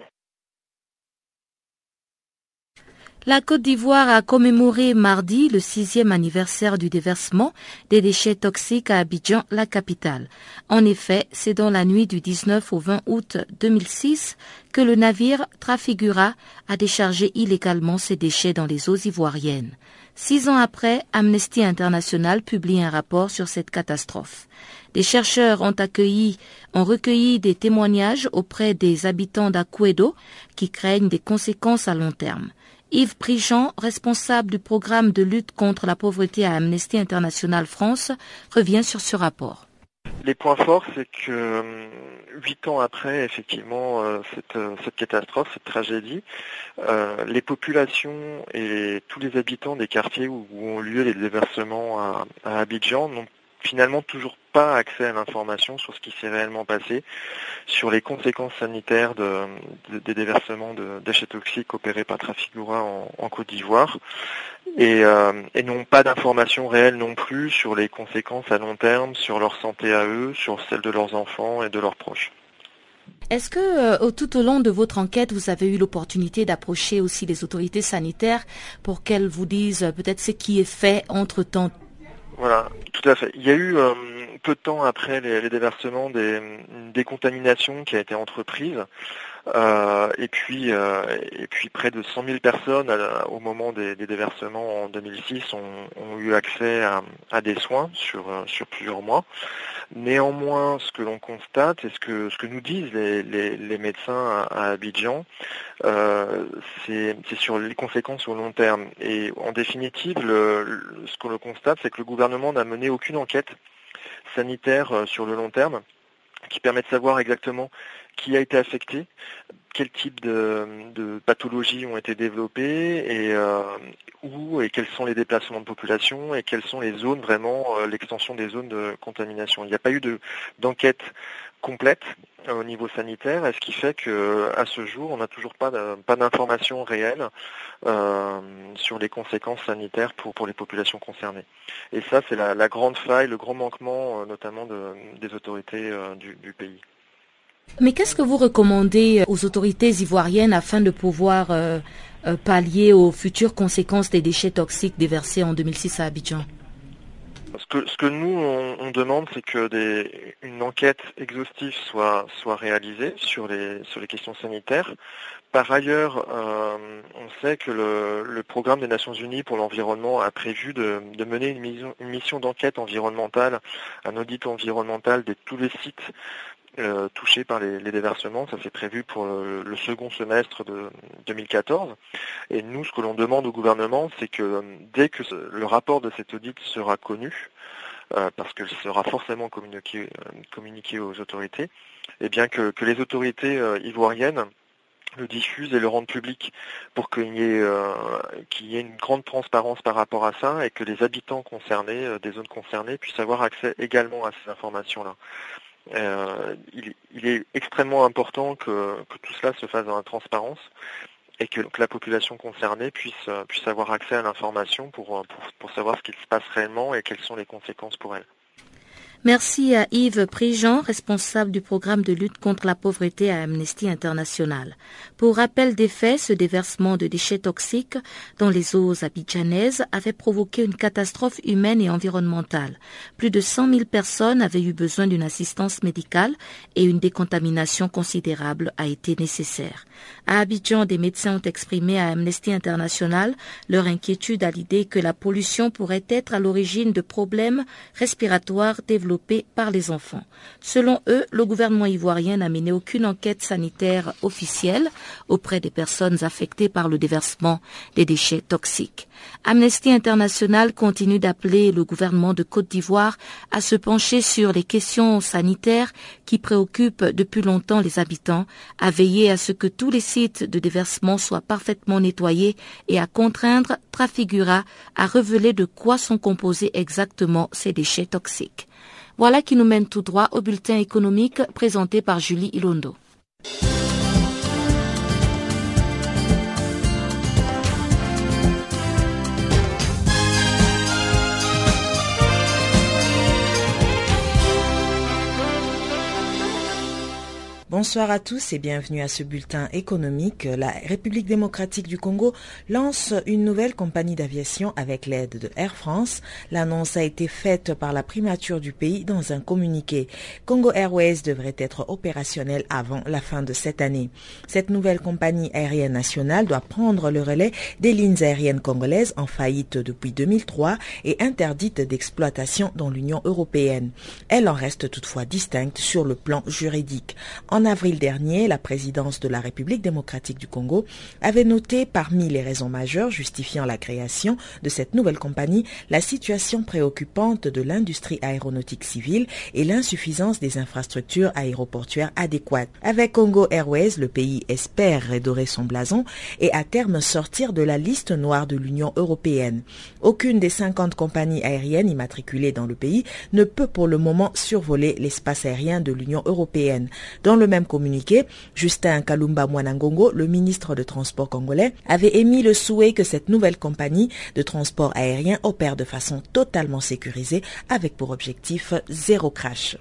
La Côte d'Ivoire a commémoré mardi le 6e anniversaire du déversement des déchets toxiques à Abidjan, la capitale. En effet, c'est dans la nuit du 19 au 20 août 2006 que le navire Trafigura a déchargé illégalement ses déchets dans les eaux ivoiriennes. 6 ans après, Amnesty International publie un rapport sur cette catastrophe. Des chercheurs ont recueilli des témoignages auprès des habitants d'Akouedo qui craignent des conséquences à long terme. Yves Prigent, responsable du programme de lutte contre la pauvreté à Amnesty International France, revient sur ce rapport. Les points forts, c'est que 8 ans après, effectivement, cette catastrophe, cette tragédie, les populations et tous les habitants des quartiers où ont lieu les déversements à Abidjan n'ont finalement toujours pas accès à l'information sur ce qui s'est réellement passé, sur les conséquences sanitaires des déversements de déchets toxiques opérés par Trafigura en Côte d'Ivoire, et n'ont pas d'informations réelles non plus sur les conséquences à long terme, sur leur santé à eux, sur celle de leurs enfants et de leurs proches. Est-ce que tout au long de votre enquête, vous avez eu l'opportunité d'approcher aussi les autorités sanitaires pour qu'elles vous disent peut-être ce qui est fait entre-temps? Voilà, tout à fait. Il y a eu peu de temps après les déversements des contaminations qui a été entreprise, et puis près de 100 000 personnes au moment des déversements en 2006 ont eu accès à des soins sur plusieurs mois. Néanmoins, ce que l'on constate et ce que nous disent les médecins à Abidjan, c'est sur les conséquences au long terme. Et en définitive, ce que l'on constate, c'est que le gouvernement n'a mené aucune enquête sanitaire sur le long terme qui permet de savoir exactement qui a été affecté, quel type de pathologies ont été développées et où et quels sont les déplacements de population et quelles sont les zones vraiment, l'extension des zones de contamination. Il n'y a pas eu d'enquête complète au niveau sanitaire, ce qui fait qu'à ce jour, on n'a toujours pas d'informations réelles sur les conséquences sanitaires pour les populations concernées. Et ça, c'est la grande faille, le grand manquement notamment des autorités du pays. Mais qu'est-ce que vous recommandez aux autorités ivoiriennes afin de pouvoir pallier aux futures conséquences des déchets toxiques déversés en 2006 à Abidjan? Ce que nous, on demande, c'est que une enquête exhaustive soit réalisée sur les questions sanitaires. Par ailleurs, on sait que le programme des Nations Unies pour l'environnement a prévu de mener une mission d'enquête environnementale, un audit environnemental de tous les sites touchés par les déversements. Ça c'est prévu pour le second semestre de 2014. Et nous, ce que l'on demande au gouvernement, c'est que dès que le rapport de cet audit sera connu, parce qu'il sera forcément communiqué aux autorités, et bien que les autorités ivoiriennes le diffusent et le rendent public pour qu'il y ait une grande transparence par rapport à ça et que les habitants concernés, des zones concernées, puissent avoir accès également à ces informations-là. Il est extrêmement important que tout cela se fasse dans la transparence et que la population concernée puisse avoir accès à l'information pour savoir ce qu'il se passe réellement et quelles sont les conséquences pour elle. Merci à Yves Prigent, responsable du programme de lutte contre la pauvreté à Amnesty International. Pour rappel des faits, ce déversement de déchets toxiques dans les eaux abidjanaises avait provoqué une catastrophe humaine et environnementale. Plus de 100 000 personnes avaient eu besoin d'une assistance médicale et une décontamination considérable a été nécessaire. À Abidjan, des médecins ont exprimé à Amnesty International leur inquiétude à l'idée que la pollution pourrait être à l'origine de problèmes respiratoires développés par les enfants. Selon eux, le gouvernement ivoirien n'a mené aucune enquête sanitaire officielle auprès des personnes affectées par le déversement des déchets toxiques. Amnesty International continue d'appeler le gouvernement de Côte d'Ivoire à se pencher sur les questions sanitaires qui préoccupent depuis longtemps les habitants, à veiller à ce que tous les sites de déversement soient parfaitement nettoyés et à contraindre Trafigura à révéler de quoi sont composés exactement ces déchets toxiques. Voilà qui nous mène tout droit au bulletin économique présenté par Julie Ilondo. Bonsoir à tous et bienvenue à ce bulletin économique. La République démocratique du Congo lance une nouvelle compagnie d'aviation avec l'aide de Air France. L'annonce a été faite par la primature du pays dans un communiqué. Congo Airways devrait être opérationnel avant la fin de cette année. Cette nouvelle compagnie aérienne nationale doit prendre le relais des lignes aériennes congolaises en faillite depuis 2003 et interdites d'exploitation dans l'Union européenne. Elle en reste toutefois distincte sur le plan juridique. En avril dernier, la présidence de la République démocratique du Congo avait noté parmi les raisons majeures justifiant la création de cette nouvelle compagnie la situation préoccupante de l'industrie aéronautique civile et l'insuffisance des infrastructures aéroportuaires adéquates. Avec Congo Airways, le pays espère redorer son blason et à terme sortir de la liste noire de l'Union européenne. Aucune des 50 compagnies aériennes immatriculées dans le pays ne peut pour le moment survoler l'espace aérien de l'Union européenne. Dans le même communiqué, Justin Kalumba Mwanangongo, le ministre de Transport congolais, avait émis le souhait que cette nouvelle compagnie de transport aérien opère de façon totalement sécurisée avec pour objectif zéro crash.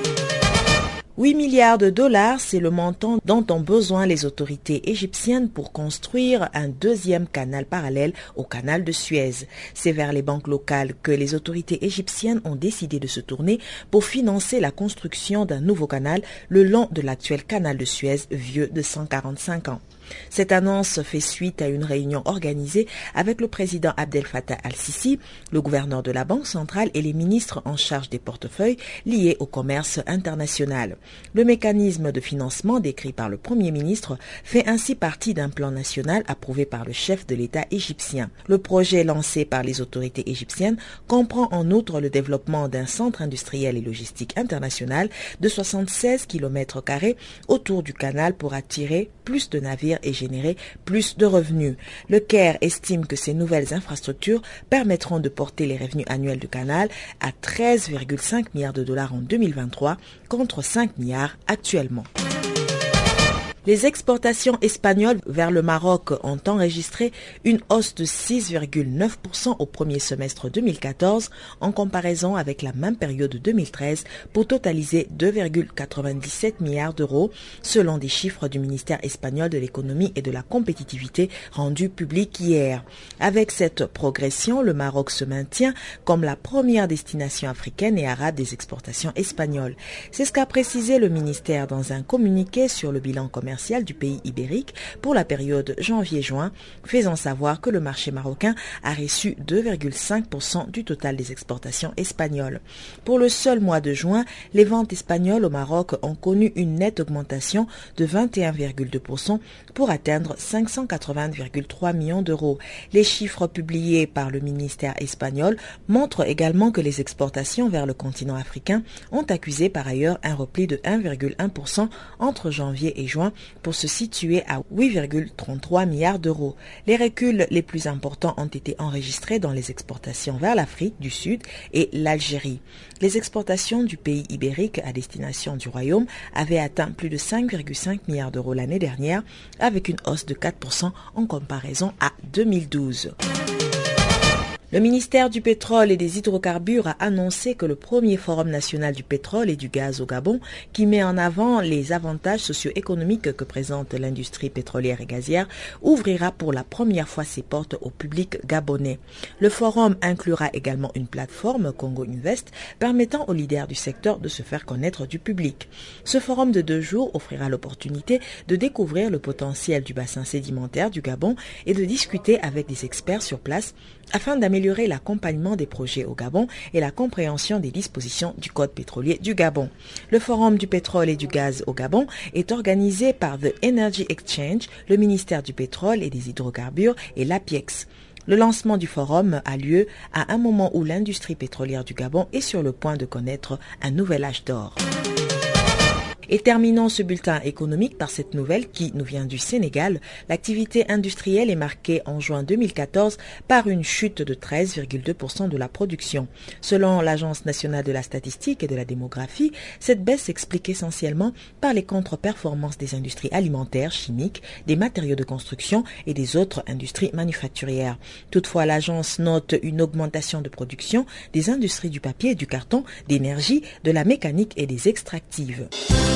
8 milliards de dollars, c'est le montant dont ont besoin les autorités égyptiennes pour construire un deuxième canal parallèle au canal de Suez. C'est vers les banques locales que les autorités égyptiennes ont décidé de se tourner pour financer la construction d'un nouveau canal le long de l'actuel canal de Suez vieux de 145 ans. Cette annonce fait suite à une réunion organisée avec le président Abdel Fattah al-Sisi, le gouverneur de la Banque centrale et les ministres en charge des portefeuilles liés au commerce international. Le mécanisme de financement décrit par le Premier ministre fait ainsi partie d'un plan national approuvé par le chef de l'État égyptien. Le projet lancé par les autorités égyptiennes comprend en outre le développement d'un centre industriel et logistique international de 76 km² autour du canal pour attirer plus de navires et générer plus de revenus. Le Caire estime que ces nouvelles infrastructures permettront de porter les revenus annuels du canal à 13,5 milliards de dollars en 2023 contre 5 milliards actuellement. Les exportations espagnoles vers le Maroc ont enregistré une hausse de 6,9% au premier semestre 2014 en comparaison avec la même période 2013 pour totaliser 2,97 milliards d'euros selon des chiffres du ministère espagnol de l'économie et de la compétitivité rendus publics hier. Avec cette progression, le Maroc se maintient comme la première destination africaine et arabe des exportations espagnoles. C'est ce qu'a précisé le ministère dans un communiqué sur le bilan commercial commercial du pays ibérique pour la période janvier-juin, faisant savoir que le marché marocain a reçu 2,5% du total des exportations espagnoles. Pour le seul mois de juin, les ventes espagnoles au Maroc ont connu une nette augmentation de 21,2% pour atteindre 580,3 millions d'euros. Les chiffres publiés par le ministère espagnol montrent également que les exportations vers le continent africain ont accusé par ailleurs un repli de 1,1% entre janvier et juin pour se situer à 8,33 milliards d'euros. Les reculs les plus importants ont été enregistrés dans les exportations vers l'Afrique du Sud et l'Algérie. Les exportations du pays ibérique à destination du Royaume avaient atteint plus de 5,5 milliards d'euros l'année dernière, avec une hausse de 4% en comparaison à 2012. Le ministère du Pétrole et des Hydrocarbures a annoncé que le premier Forum national du pétrole et du gaz au Gabon, qui met en avant les avantages socio-économiques que présente l'industrie pétrolière et gazière, ouvrira pour la première fois ses portes au public gabonais. Le forum inclura également une plateforme Congo Invest permettant aux leaders du secteur de se faire connaître du public. Ce forum de 2 jours offrira l'opportunité de découvrir le potentiel du bassin sédimentaire du Gabon et de discuter avec des experts sur place afin d'améliorer l'accompagnement des projets au Gabon et la compréhension des dispositions du Code pétrolier du Gabon. Le Forum du pétrole et du gaz au Gabon est organisé par The Energy Exchange, le ministère du pétrole et des hydrocarbures et l'APIEX. Le lancement du forum a lieu à un moment où l'industrie pétrolière du Gabon est sur le point de connaître un nouvel âge d'or. Et terminons ce bulletin économique par cette nouvelle qui nous vient du Sénégal. L'activité industrielle est marquée en juin 2014 par une chute de 13,2% de la production. Selon l'Agence nationale de la statistique et de la démographie, cette baisse s'explique essentiellement par les contre-performances des industries alimentaires, chimiques, des matériaux de construction et des autres industries manufacturières. Toutefois, l'agence note une augmentation de production des industries du papier et du carton, d'énergie, de la mécanique et des extractives.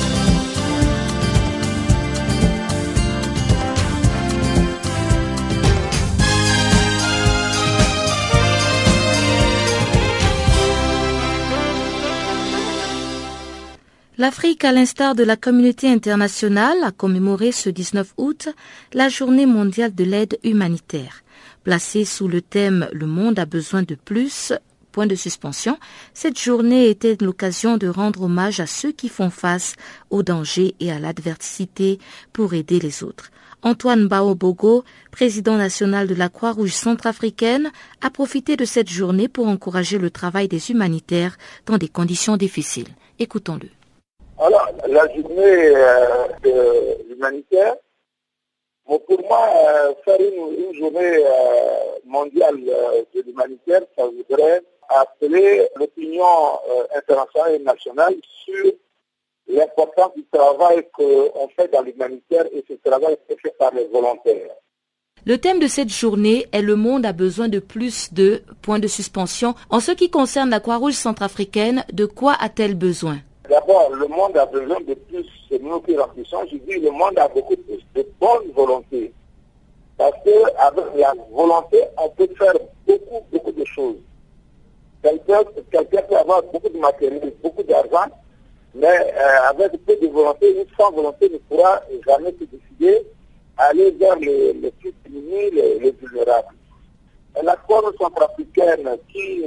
L'Afrique, à l'instar de la communauté internationale, a commémoré ce 19 août la Journée mondiale de l'aide humanitaire. Placée sous le thème « Le monde a besoin de plus », point de suspension, cette journée était l'occasion de rendre hommage à ceux qui font face aux dangers et à l'adversité pour aider les autres. Antoine Baobogo, président national de la Croix-Rouge centrafricaine, a profité de cette journée pour encourager le travail des humanitaires dans des conditions difficiles. Écoutons-le. Alors, la journée humanitaire, pour moi, faire une journée mondiale de l'humanitaire, ça voudrait appeler l'opinion internationale et nationale sur l'importance du travail qu'on fait dans l'humanitaire et ce travail est fait par les volontaires. Le thème de cette journée est « Le monde a besoin de plus de points de suspension ». En ce qui concerne la Croix-Rouge centrafricaine, de quoi a-t-elle besoin? D'abord, le monde a besoin de plus, c'est nous qui remplissons. Je dis le monde a beaucoup plus de bonne volonté. Parce qu'avec la volonté, on peut faire beaucoup de choses. Quelqu'un peut avoir beaucoup de matériel, beaucoup d'argent, mais avec peu de volonté, une sans volonté ne pourra jamais se décider à aller vers les plus démunis, les vulnérables. Et la Croix-Rouge centrafricaine qui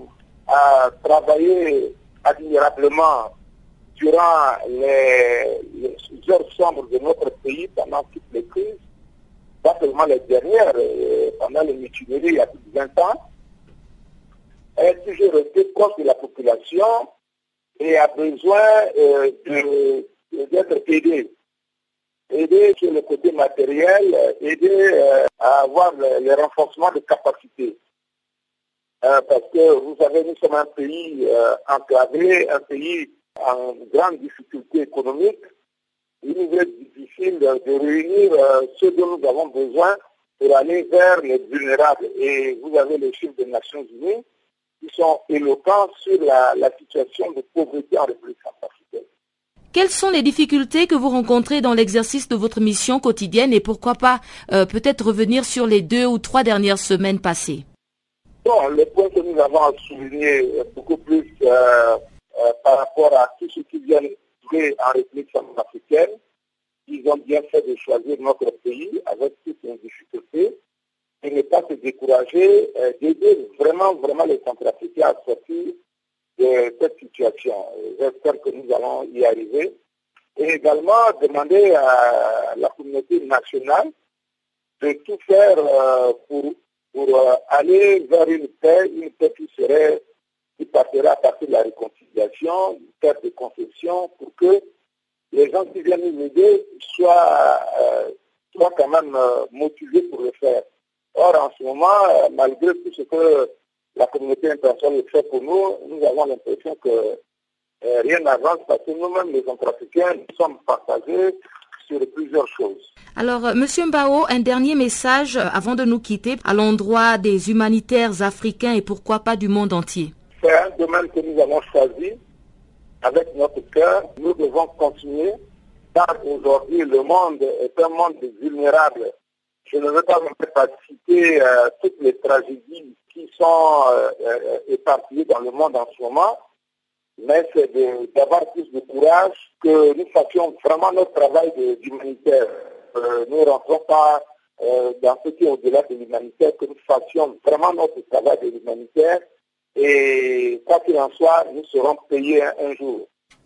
a travaillé admirablement durant les heures sombres de notre pays pendant toutes les crises, pas seulement les dernières, pendant les mutineries il y a plus de 20 ans, elle est toujours restée proche de la population et a besoin d'être aidée. Aider sur le côté matériel, aider à avoir les renforcements de capacités. Parce que vous savez, nous sommes un pays enclavé, un pays en grande difficulté économique. Il nous est difficile de réunir ce dont nous avons besoin pour aller vers les vulnérables. Et vous avez les chiffres des Nations Unies qui sont éloquents sur la situation de pauvreté en République centrafricaine. Quelles sont les difficultés que vous rencontrez dans l'exercice de votre mission quotidienne et pourquoi pas peut-être revenir sur les 2 ou 3 dernières semaines passées? Bon, le point que nous avons à souligner beaucoup plus par rapport à tout ce qui vient de en République centrafricaine, ils ont bien fait de choisir notre pays avec toutes les difficultés et ne pas se décourager, d'aider vraiment les Centrafricains à sortir de cette situation. J'espère que nous allons y arriver. Et également demander à la communauté nationale de tout faire pour aller vers une paix qui partira à partir de la réconciliation, une paix de concession, pour que les gens qui viennent nous aider soient quand même motivés pour le faire. Or, en ce moment, malgré tout ce que la communauté internationale fait pour nous, nous avons l'impression que rien n'avance parce que nous-mêmes, les Centrafricains, nous sommes partagés sur plusieurs choses. Alors, Monsieur Mbao, un dernier message avant de nous quitter à l'endroit des humanitaires africains et pourquoi pas du monde entier. C'est un domaine que nous avons choisi avec notre cœur. Nous devons continuer car aujourd'hui, le monde est un monde vulnérable. Je ne veux pas citer toutes les tragédies qui sont éparpillées dans le monde en ce moment, mais c'est d'avoir plus de courage, que nous fassions vraiment notre travail d'humanitaire. Nous ne rentrons pas dans ce qui est au-delà de l'humanitaire, que nous fassions vraiment notre travail de l'humanitaire et quoi qu'il en soit, nous serons payés un jour.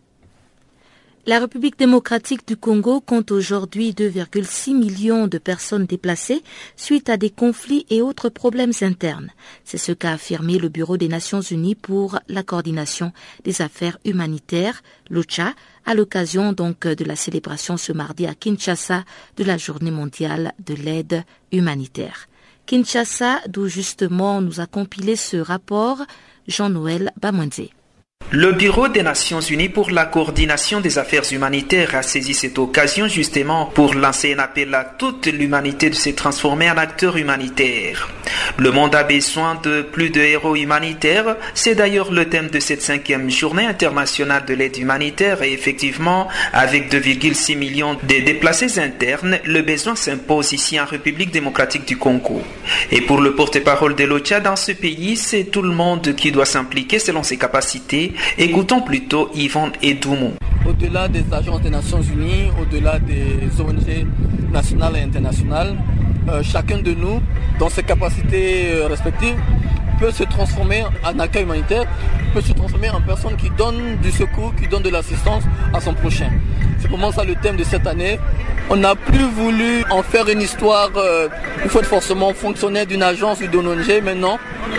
La République démocratique du Congo compte aujourd'hui 2,6 millions de personnes déplacées suite à des conflits et autres problèmes internes. C'est ce qu'a affirmé le Bureau des Nations Unies pour la coordination des affaires humanitaires, l'OCHA, à l'occasion donc de la célébration ce mardi à Kinshasa de la Journée mondiale de l'aide humanitaire. Kinshasa, d'où justement nous a compilé ce rapport, Jean-Noël Bamwenze. Le Bureau des Nations Unies pour la coordination des affaires humanitaires a saisi cette occasion justement pour lancer un appel à toute l'humanité de se transformer en acteur humanitaire. Le monde a besoin de plus de héros humanitaires. C'est d'ailleurs le thème de cette 5e journée internationale de l'aide humanitaire et effectivement, avec 2,6 millions de déplacés internes, le besoin s'impose ici en République démocratique du Congo. Et pour le porte-parole de l'OCHA dans ce pays, c'est tout le monde qui doit s'impliquer selon ses capacités. Écoutons plutôt Yvonne Edoumou. Au-delà des agences des Nations Unies, au-delà des ONG nationales et internationales, chacun de nous, dans ses capacités respectives, peut se transformer en acteur humanitaire, peut se transformer en personne qui donne du secours, qui donne de l'assistance à son prochain. C'est vraiment ça le thème de cette année. On n'a plus voulu en faire une histoire, il faut être forcément fonctionnaire d'une agence ou d'une ONG. Maintenant,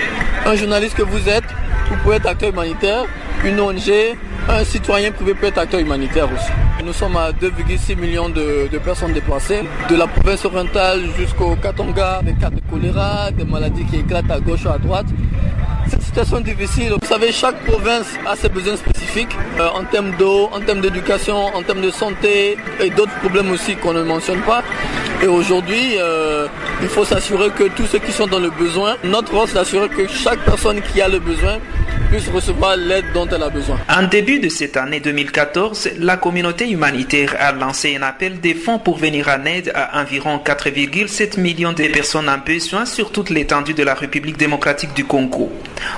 un journaliste que vous êtes, vous pouvez être acteur humanitaire, une ONG, un citoyen privé peut être acteur humanitaire aussi. Nous sommes à 2,6 millions de personnes déplacées, de la province orientale jusqu'au Katanga, des cas de choléra, des maladies qui éclatent à gauche ou à droite. Cette situation est difficile. Vous savez, chaque province a ses besoins spécifiques en termes d'eau, en termes d'éducation, en termes de santé et d'autres problèmes aussi qu'on ne mentionne pas. Et aujourd'hui, il faut s'assurer que tous ceux qui sont dans le besoin, notre rôle c'est d'assurer que chaque personne qui a le besoin puisse recevoir l'aide dont elle a besoin. En début de cette année 2014, la communauté humanitaire a lancé un appel des fonds pour venir en aide à environ 4,7 millions de personnes en besoin sur toute l'étendue de la République démocratique du Congo.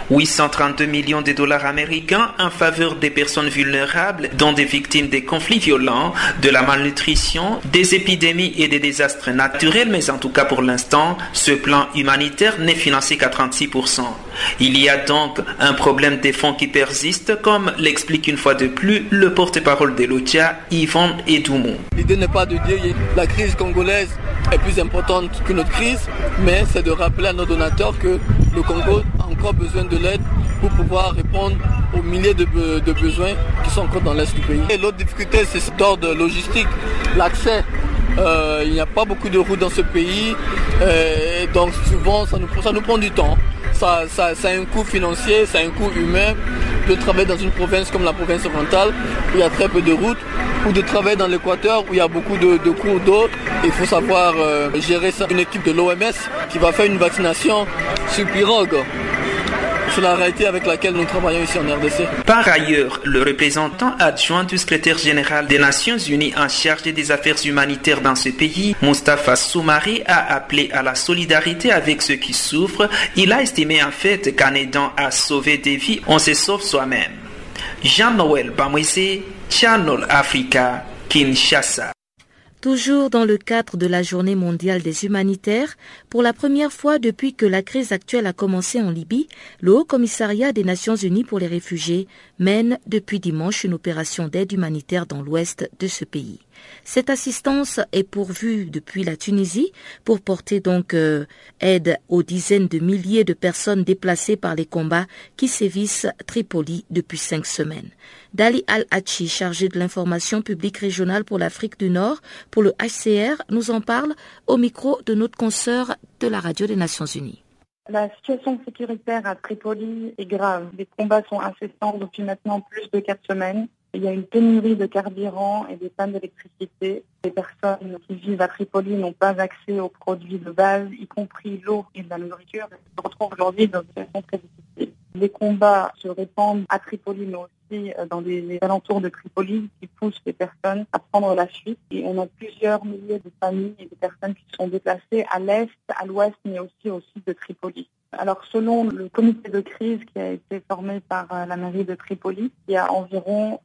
832 millions de dollars américains en faveur des personnes vulnérables, dont des victimes des conflits violents, de la malnutrition, des épidémies et des désastres naturels, mais en tout cas pour l'instant, ce plan humanitaire n'est financé qu'à 36%. Il y a donc un problème des fonds qui persiste, comme l'explique une fois de plus le porte-parole de l'OCHA, Yvonne Edoumou. L'idée n'est pas de dire que la crise congolaise est plus importante que notre crise, mais c'est de rappeler à nos donateurs que le Congo a encore besoin de l'aide pour pouvoir répondre aux milliers de besoins qui sont encore dans l'est du pays. Et l'autre difficulté, c'est cet ordre logistique, l'accès. Il n'y a pas beaucoup de routes dans ce pays, donc souvent ça nous prend du temps. Ça a un coût financier, ça a un coût humain de travailler dans une province comme la province orientale où il y a très peu de routes, ou de travailler dans l'Équateur où il y a beaucoup de cours d'eau. Il faut savoir gérer ça. Une équipe de l'OMS qui va faire une vaccination sur pirogue. C'est la réalité avec laquelle nous travaillons ici en RDC. Par ailleurs, le représentant adjoint du secrétaire général des Nations Unies en charge des affaires humanitaires dans ce pays, Moustapha Soumari, a appelé à la solidarité avec ceux qui souffrent. Il a estimé en fait qu'en aidant à sauver des vies, on se sauve soi-même. Jean-Noël Bamwese, Channel Africa, Kinshasa. Toujours dans le cadre de la Journée mondiale des humanitaires, pour la première fois depuis que la crise actuelle a commencé en Libye, le Haut Commissariat des Nations Unies pour les réfugiés mène depuis dimanche une opération d'aide humanitaire dans l'ouest de ce pays. Cette assistance est pourvue depuis la Tunisie pour porter donc aide aux dizaines de milliers de personnes déplacées par les combats qui sévissent Tripoli depuis 5 semaines. Dali Al-Hachi, chargé de l'information publique régionale pour l'Afrique du Nord, pour le HCR, nous en parle au micro de notre consoeur de la Radio des Nations Unies. La situation sécuritaire à Tripoli est grave. Les combats sont incessants depuis maintenant plus de 4 semaines. Il y a une pénurie de carburant et des pannes d'électricité. Les personnes qui vivent à Tripoli n'ont pas accès aux produits de base, y compris l'eau et de la nourriture. Elles se retrouvent aujourd'hui dans une situation très difficile. Les combats se répandent à Tripoli, mais aussi dans les alentours de Tripoli, qui poussent les personnes à prendre la fuite. Et on a plusieurs milliers de familles et de personnes qui sont déplacées à l'est, à l'ouest, mais aussi au sud de Tripoli. Alors, selon le comité de crise qui a été formé par la mairie de Tripoli, il y a environ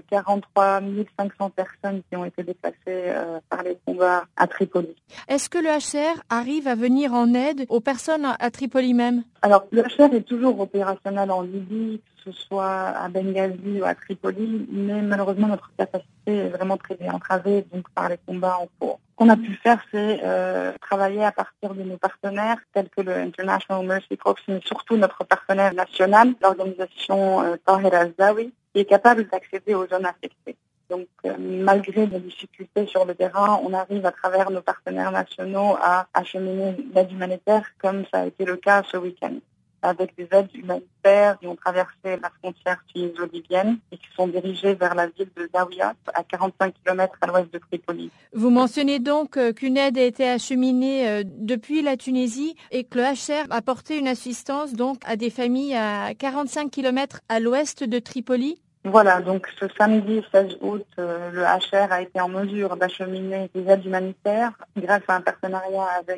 43 500 personnes qui ont été déplacées par les combats à Tripoli. Est-ce que le HCR arrive à venir en aide aux personnes à Tripoli même? Alors, le HCR est toujours opérationnel en Libye, que ce soit à Benghazi ou à Tripoli, mais malheureusement, notre capacité est vraiment très entravée donc, par les combats en cours. Ce qu'on a pu faire, c'est travailler à partir de nos partenaires, tels que le International Mercy Corps, mais surtout notre partenaire national, l'organisation Tahir al-Zawi, qui est capable d'accéder aux zones affectées. Donc, malgré les difficultés sur le terrain, on arrive à travers nos partenaires nationaux à acheminer l'aide humanitaire, comme ça a été le cas ce week-end, avec des aides humanitaires qui ont traversé la frontière tuniso-libyenne et qui sont dirigées vers la ville de Zawiya, à 45 km à l'ouest de Tripoli. Vous mentionnez donc qu'une aide a été acheminée depuis la Tunisie et que le HCR a apporté une assistance donc à des familles à 45 km à l'ouest de Tripoli. Voilà, donc ce samedi 16 août, le HCR a été en mesure d'acheminer des aides humanitaires grâce à un partenariat avec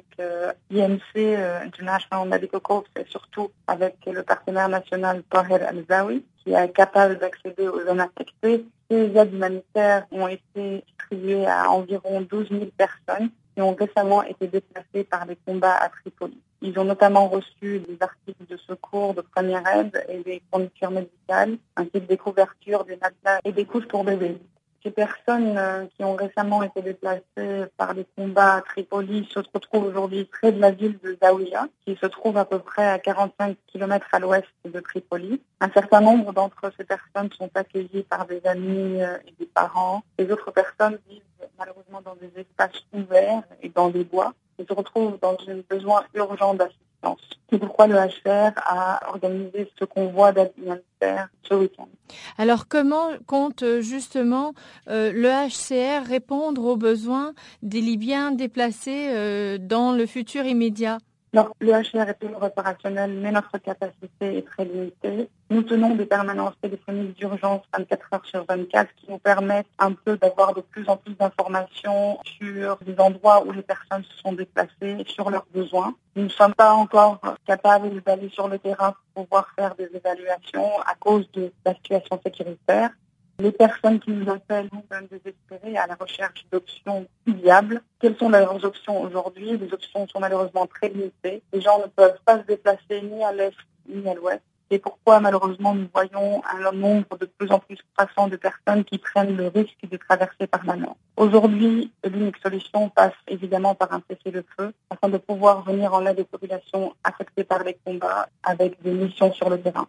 IMC, International Medical Corps, et surtout avec le partenaire national Tahir al-Zawi, qui est capable d'accéder aux zones affectées. Ces aides humanitaires ont été distribuées à environ 12 000 personnes qui ont récemment été déplacées par les combats à Tripoli. Ils ont notamment reçu des articles de secours, de première aide et des fournitures médicales, ainsi que des couvertures, des matelas et des couches pour bébés. Ces personnes qui ont récemment été déplacées par les combats à Tripoli se retrouvent aujourd'hui près de la ville de Zawiya, qui se trouve à peu près à 45 km à l'ouest de Tripoli. Un certain nombre d'entre ces personnes sont accueillies par des amis et des parents. Les autres personnes vivent malheureusement dans des espaces ouverts et dans des bois. Ils se retrouvent dans un besoin urgent d'assistance. C'est pourquoi le HCR a organisé ce convoi d'aide humanitaire ce week-end. Alors comment compte justement le HCR répondre aux besoins des Libyens déplacés dans le futur immédiat? Alors, le HCR est toujours opérationnel, mais notre capacité est très limitée. Nous tenons des permanences téléphoniques d'urgence 24 heures sur 24 qui nous permettent un peu d'avoir de plus en plus d'informations sur les endroits où les personnes se sont déplacées et sur leurs besoins. Nous ne sommes pas encore capables d'aller sur le terrain pour pouvoir faire des évaluations à cause de la situation sécuritaire. Les personnes qui nous appellent nous donnent désespérées à la recherche d'options viables. Quelles sont leurs options aujourd'hui? Les options sont malheureusement très limitées. Les gens ne peuvent pas se déplacer ni à l'est ni à l'ouest. C'est pourquoi malheureusement nous voyons un nombre de plus en plus croissant de personnes qui prennent le risque de traverser par la mer. Aujourd'hui, l'unique solution passe évidemment par un cessez-le-feu afin de pouvoir venir en aide aux populations affectées par les combats avec des missions sur le terrain.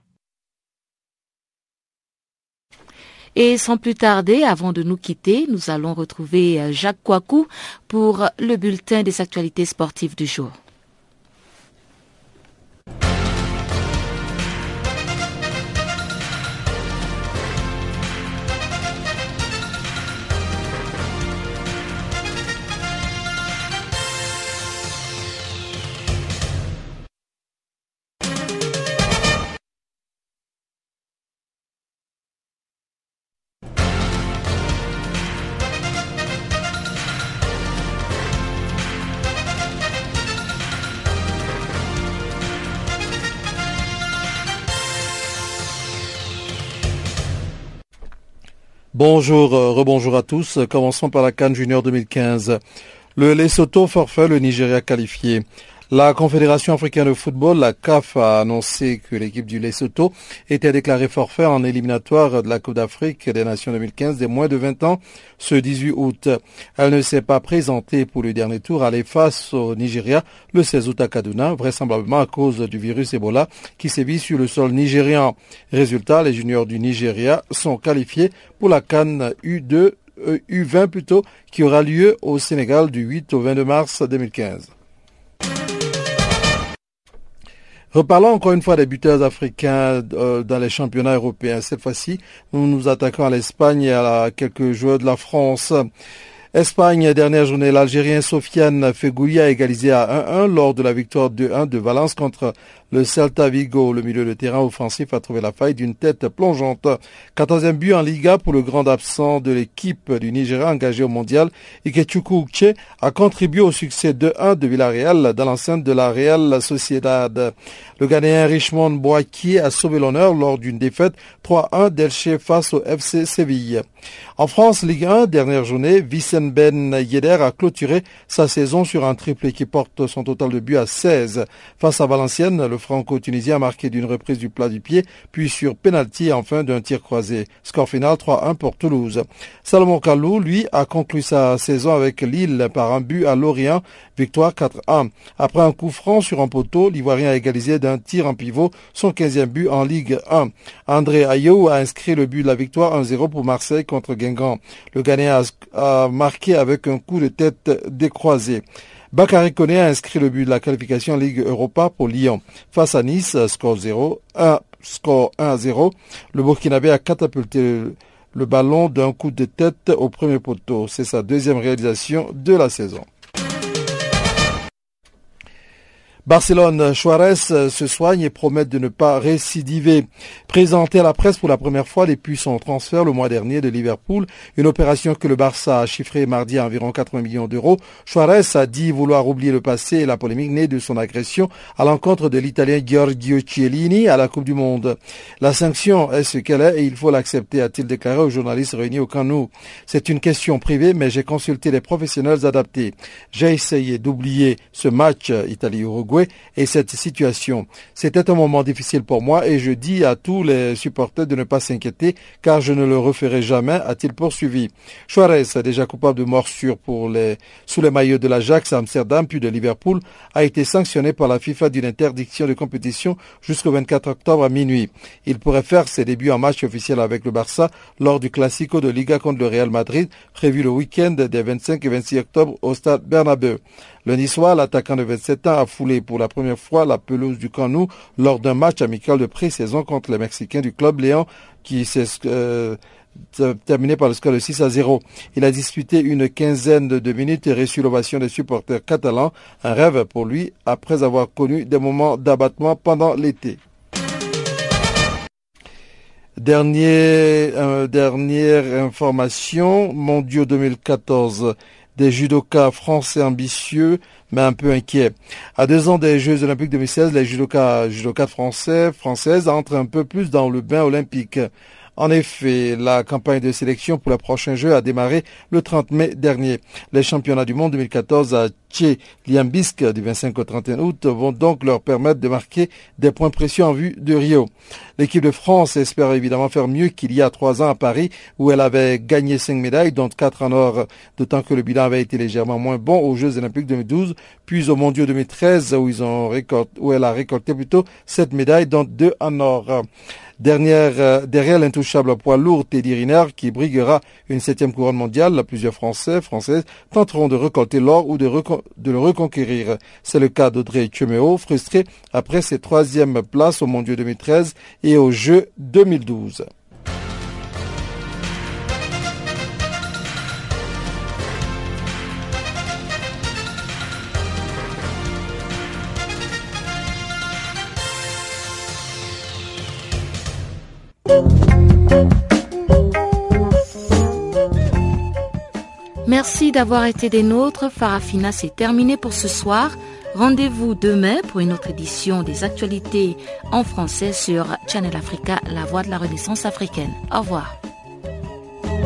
Et sans plus tarder, avant de nous quitter, nous allons retrouver Jacques Kouakou pour le bulletin des actualités sportives du jour. Bonjour, rebonjour à tous. Commençons par la CAN Junior 2015. Le Lesotho forfait, le Nigeria qualifié. La Confédération africaine de football, la CAF, a annoncé que l'équipe du Lesotho était déclarée forfait en éliminatoire de la Coupe d'Afrique des Nations 2015 des moins de 20 ans ce 18 août. Elle ne s'est pas présentée pour le dernier tour, aller face au Nigeria le 16 août à Kaduna, vraisemblablement à cause du virus Ebola qui sévit sur le sol nigérian. Résultat, les juniors du Nigeria sont qualifiés pour la CAN U20 plutôt, qui aura lieu au Sénégal du 8 au 22 mars 2015. Reparlons encore une fois des buteurs africains dans les championnats européens. Cette fois-ci, nous nous attaquons à l'Espagne et à quelques joueurs de la France. Espagne, dernière journée, l'Algérien Sofiane Feghouli a égalisé à 1-1 lors de la victoire 2-1 de Valence contre le Celta Vigo. Le milieu de terrain offensif a trouvé la faille d'une tête plongeante. 14e but en Liga pour le grand absent de l'équipe du Nigeria engagé au mondial. Ikechukwu Uche a contribué au succès 2-1 de Villarreal dans l'enceinte de la Real Sociedad. Le Ghanéen Richmond Boaki a sauvé l'honneur lors d'une défaite 3-1 d'Elche face au FC Séville. En France, Ligue 1, dernière journée, Vicente Ben Yedder a clôturé sa saison sur un triplé qui porte son total de buts à 16. Face à Valenciennes, le franco-tunisien a marqué d'une reprise du plat du pied, puis sur pénalty et enfin d'un tir croisé. Score final 3-1 pour Toulouse. Salomon Kalou, lui, a conclu sa saison avec Lille par un but à Lorient, victoire 4-1. Après un coup franc sur un poteau, l'Ivoirien a égalisé d'un tir en pivot son 15e but en Ligue 1. André Ayew a inscrit le but de la victoire 1-0 pour Marseille contre Guingamp. Le Ghanéen a marqué avec un coup de tête décroisé. Bakary Koné a inscrit le but de la qualification en Ligue Europa pour Lyon. Face à Nice, score 1-0. Le Burkinabé a catapulté le ballon d'un coup de tête au premier poteau. C'est sa deuxième réalisation de la saison. Barcelone, Suarez se soigne et promet de ne pas récidiver. Présenté à la presse pour la première fois depuis son transfert le mois dernier de Liverpool, une opération que le Barça a chiffrée mardi à environ 80 millions d'euros, Suarez a dit vouloir oublier le passé et la polémique née de son agression à l'encontre de l'Italien Giorgio Chiellini à la Coupe du Monde. La sanction est ce qu'elle est et il faut l'accepter, a-t-il déclaré aux journalistes réunis au Camp Nou. C'est une question privée, mais j'ai consulté les professionnels adaptés. J'ai essayé d'oublier ce match Italie-Uruguay et cette situation. C'était un moment difficile pour moi et je dis à tous les supporters de ne pas s'inquiéter car je ne le referai jamais, a-t-il poursuivi. Suarez, déjà coupable de morsure sous les maillots de l'Ajax à Amsterdam puis de Liverpool, a été sanctionné par la FIFA d'une interdiction de compétition jusqu'au 24 octobre à minuit. Il pourrait faire ses débuts en match officiel avec le Barça lors du Classico de Liga contre le Real Madrid prévu le week-end des 25 et 26 octobre au stade Bernabéu. Le Niçois, l'attaquant de 27 ans, a foulé pour la première fois la pelouse du Camp Nou lors d'un match amical de pré-saison contre les Mexicains du Club Léon qui s'est terminé par le score de 6-0. Il a disputé une quinzaine de minutes et reçu l'ovation des supporters catalans, un rêve pour lui après avoir connu des moments d'abattement pendant l'été. Dernière information, Mondiaux 2014. Des judokas français ambitieux, mais un peu inquiets. À 2 ans des Jeux Olympiques 2016, les judokas françaises entrent un peu plus dans le bain olympique. En effet, la campagne de sélection pour les prochains Jeux a démarré le 30 mai dernier. Les championnats du monde 2014 à Tcheliambissk du 25 au 31 août vont donc leur permettre de marquer des points précieux en vue de Rio. L'équipe de France espère évidemment faire mieux qu'il y a 3 ans à Paris où elle avait gagné 5 médailles, dont 4 en or, d'autant que le bilan avait été légèrement moins bon aux Jeux Olympiques 2012, puis aux Mondiaux 2013 où elle a récolté plutôt 7 médailles, dont 2 en or. Derrière l'intouchable poids lourd Teddy Riner qui briguera une 7e couronne mondiale, plusieurs Françaises tenteront de récolter l'or ou de le reconquérir. C'est le cas d'Audrey Tchemeo, frustrée après ses 3e places aux Mondiaux 2013 et aux Jeux 2012. Merci d'avoir été des nôtres. Farafina, c'est terminé pour ce soir. Rendez-vous demain pour une autre édition des actualités en français sur Channel Africa, la voix de la Renaissance africaine. Au revoir.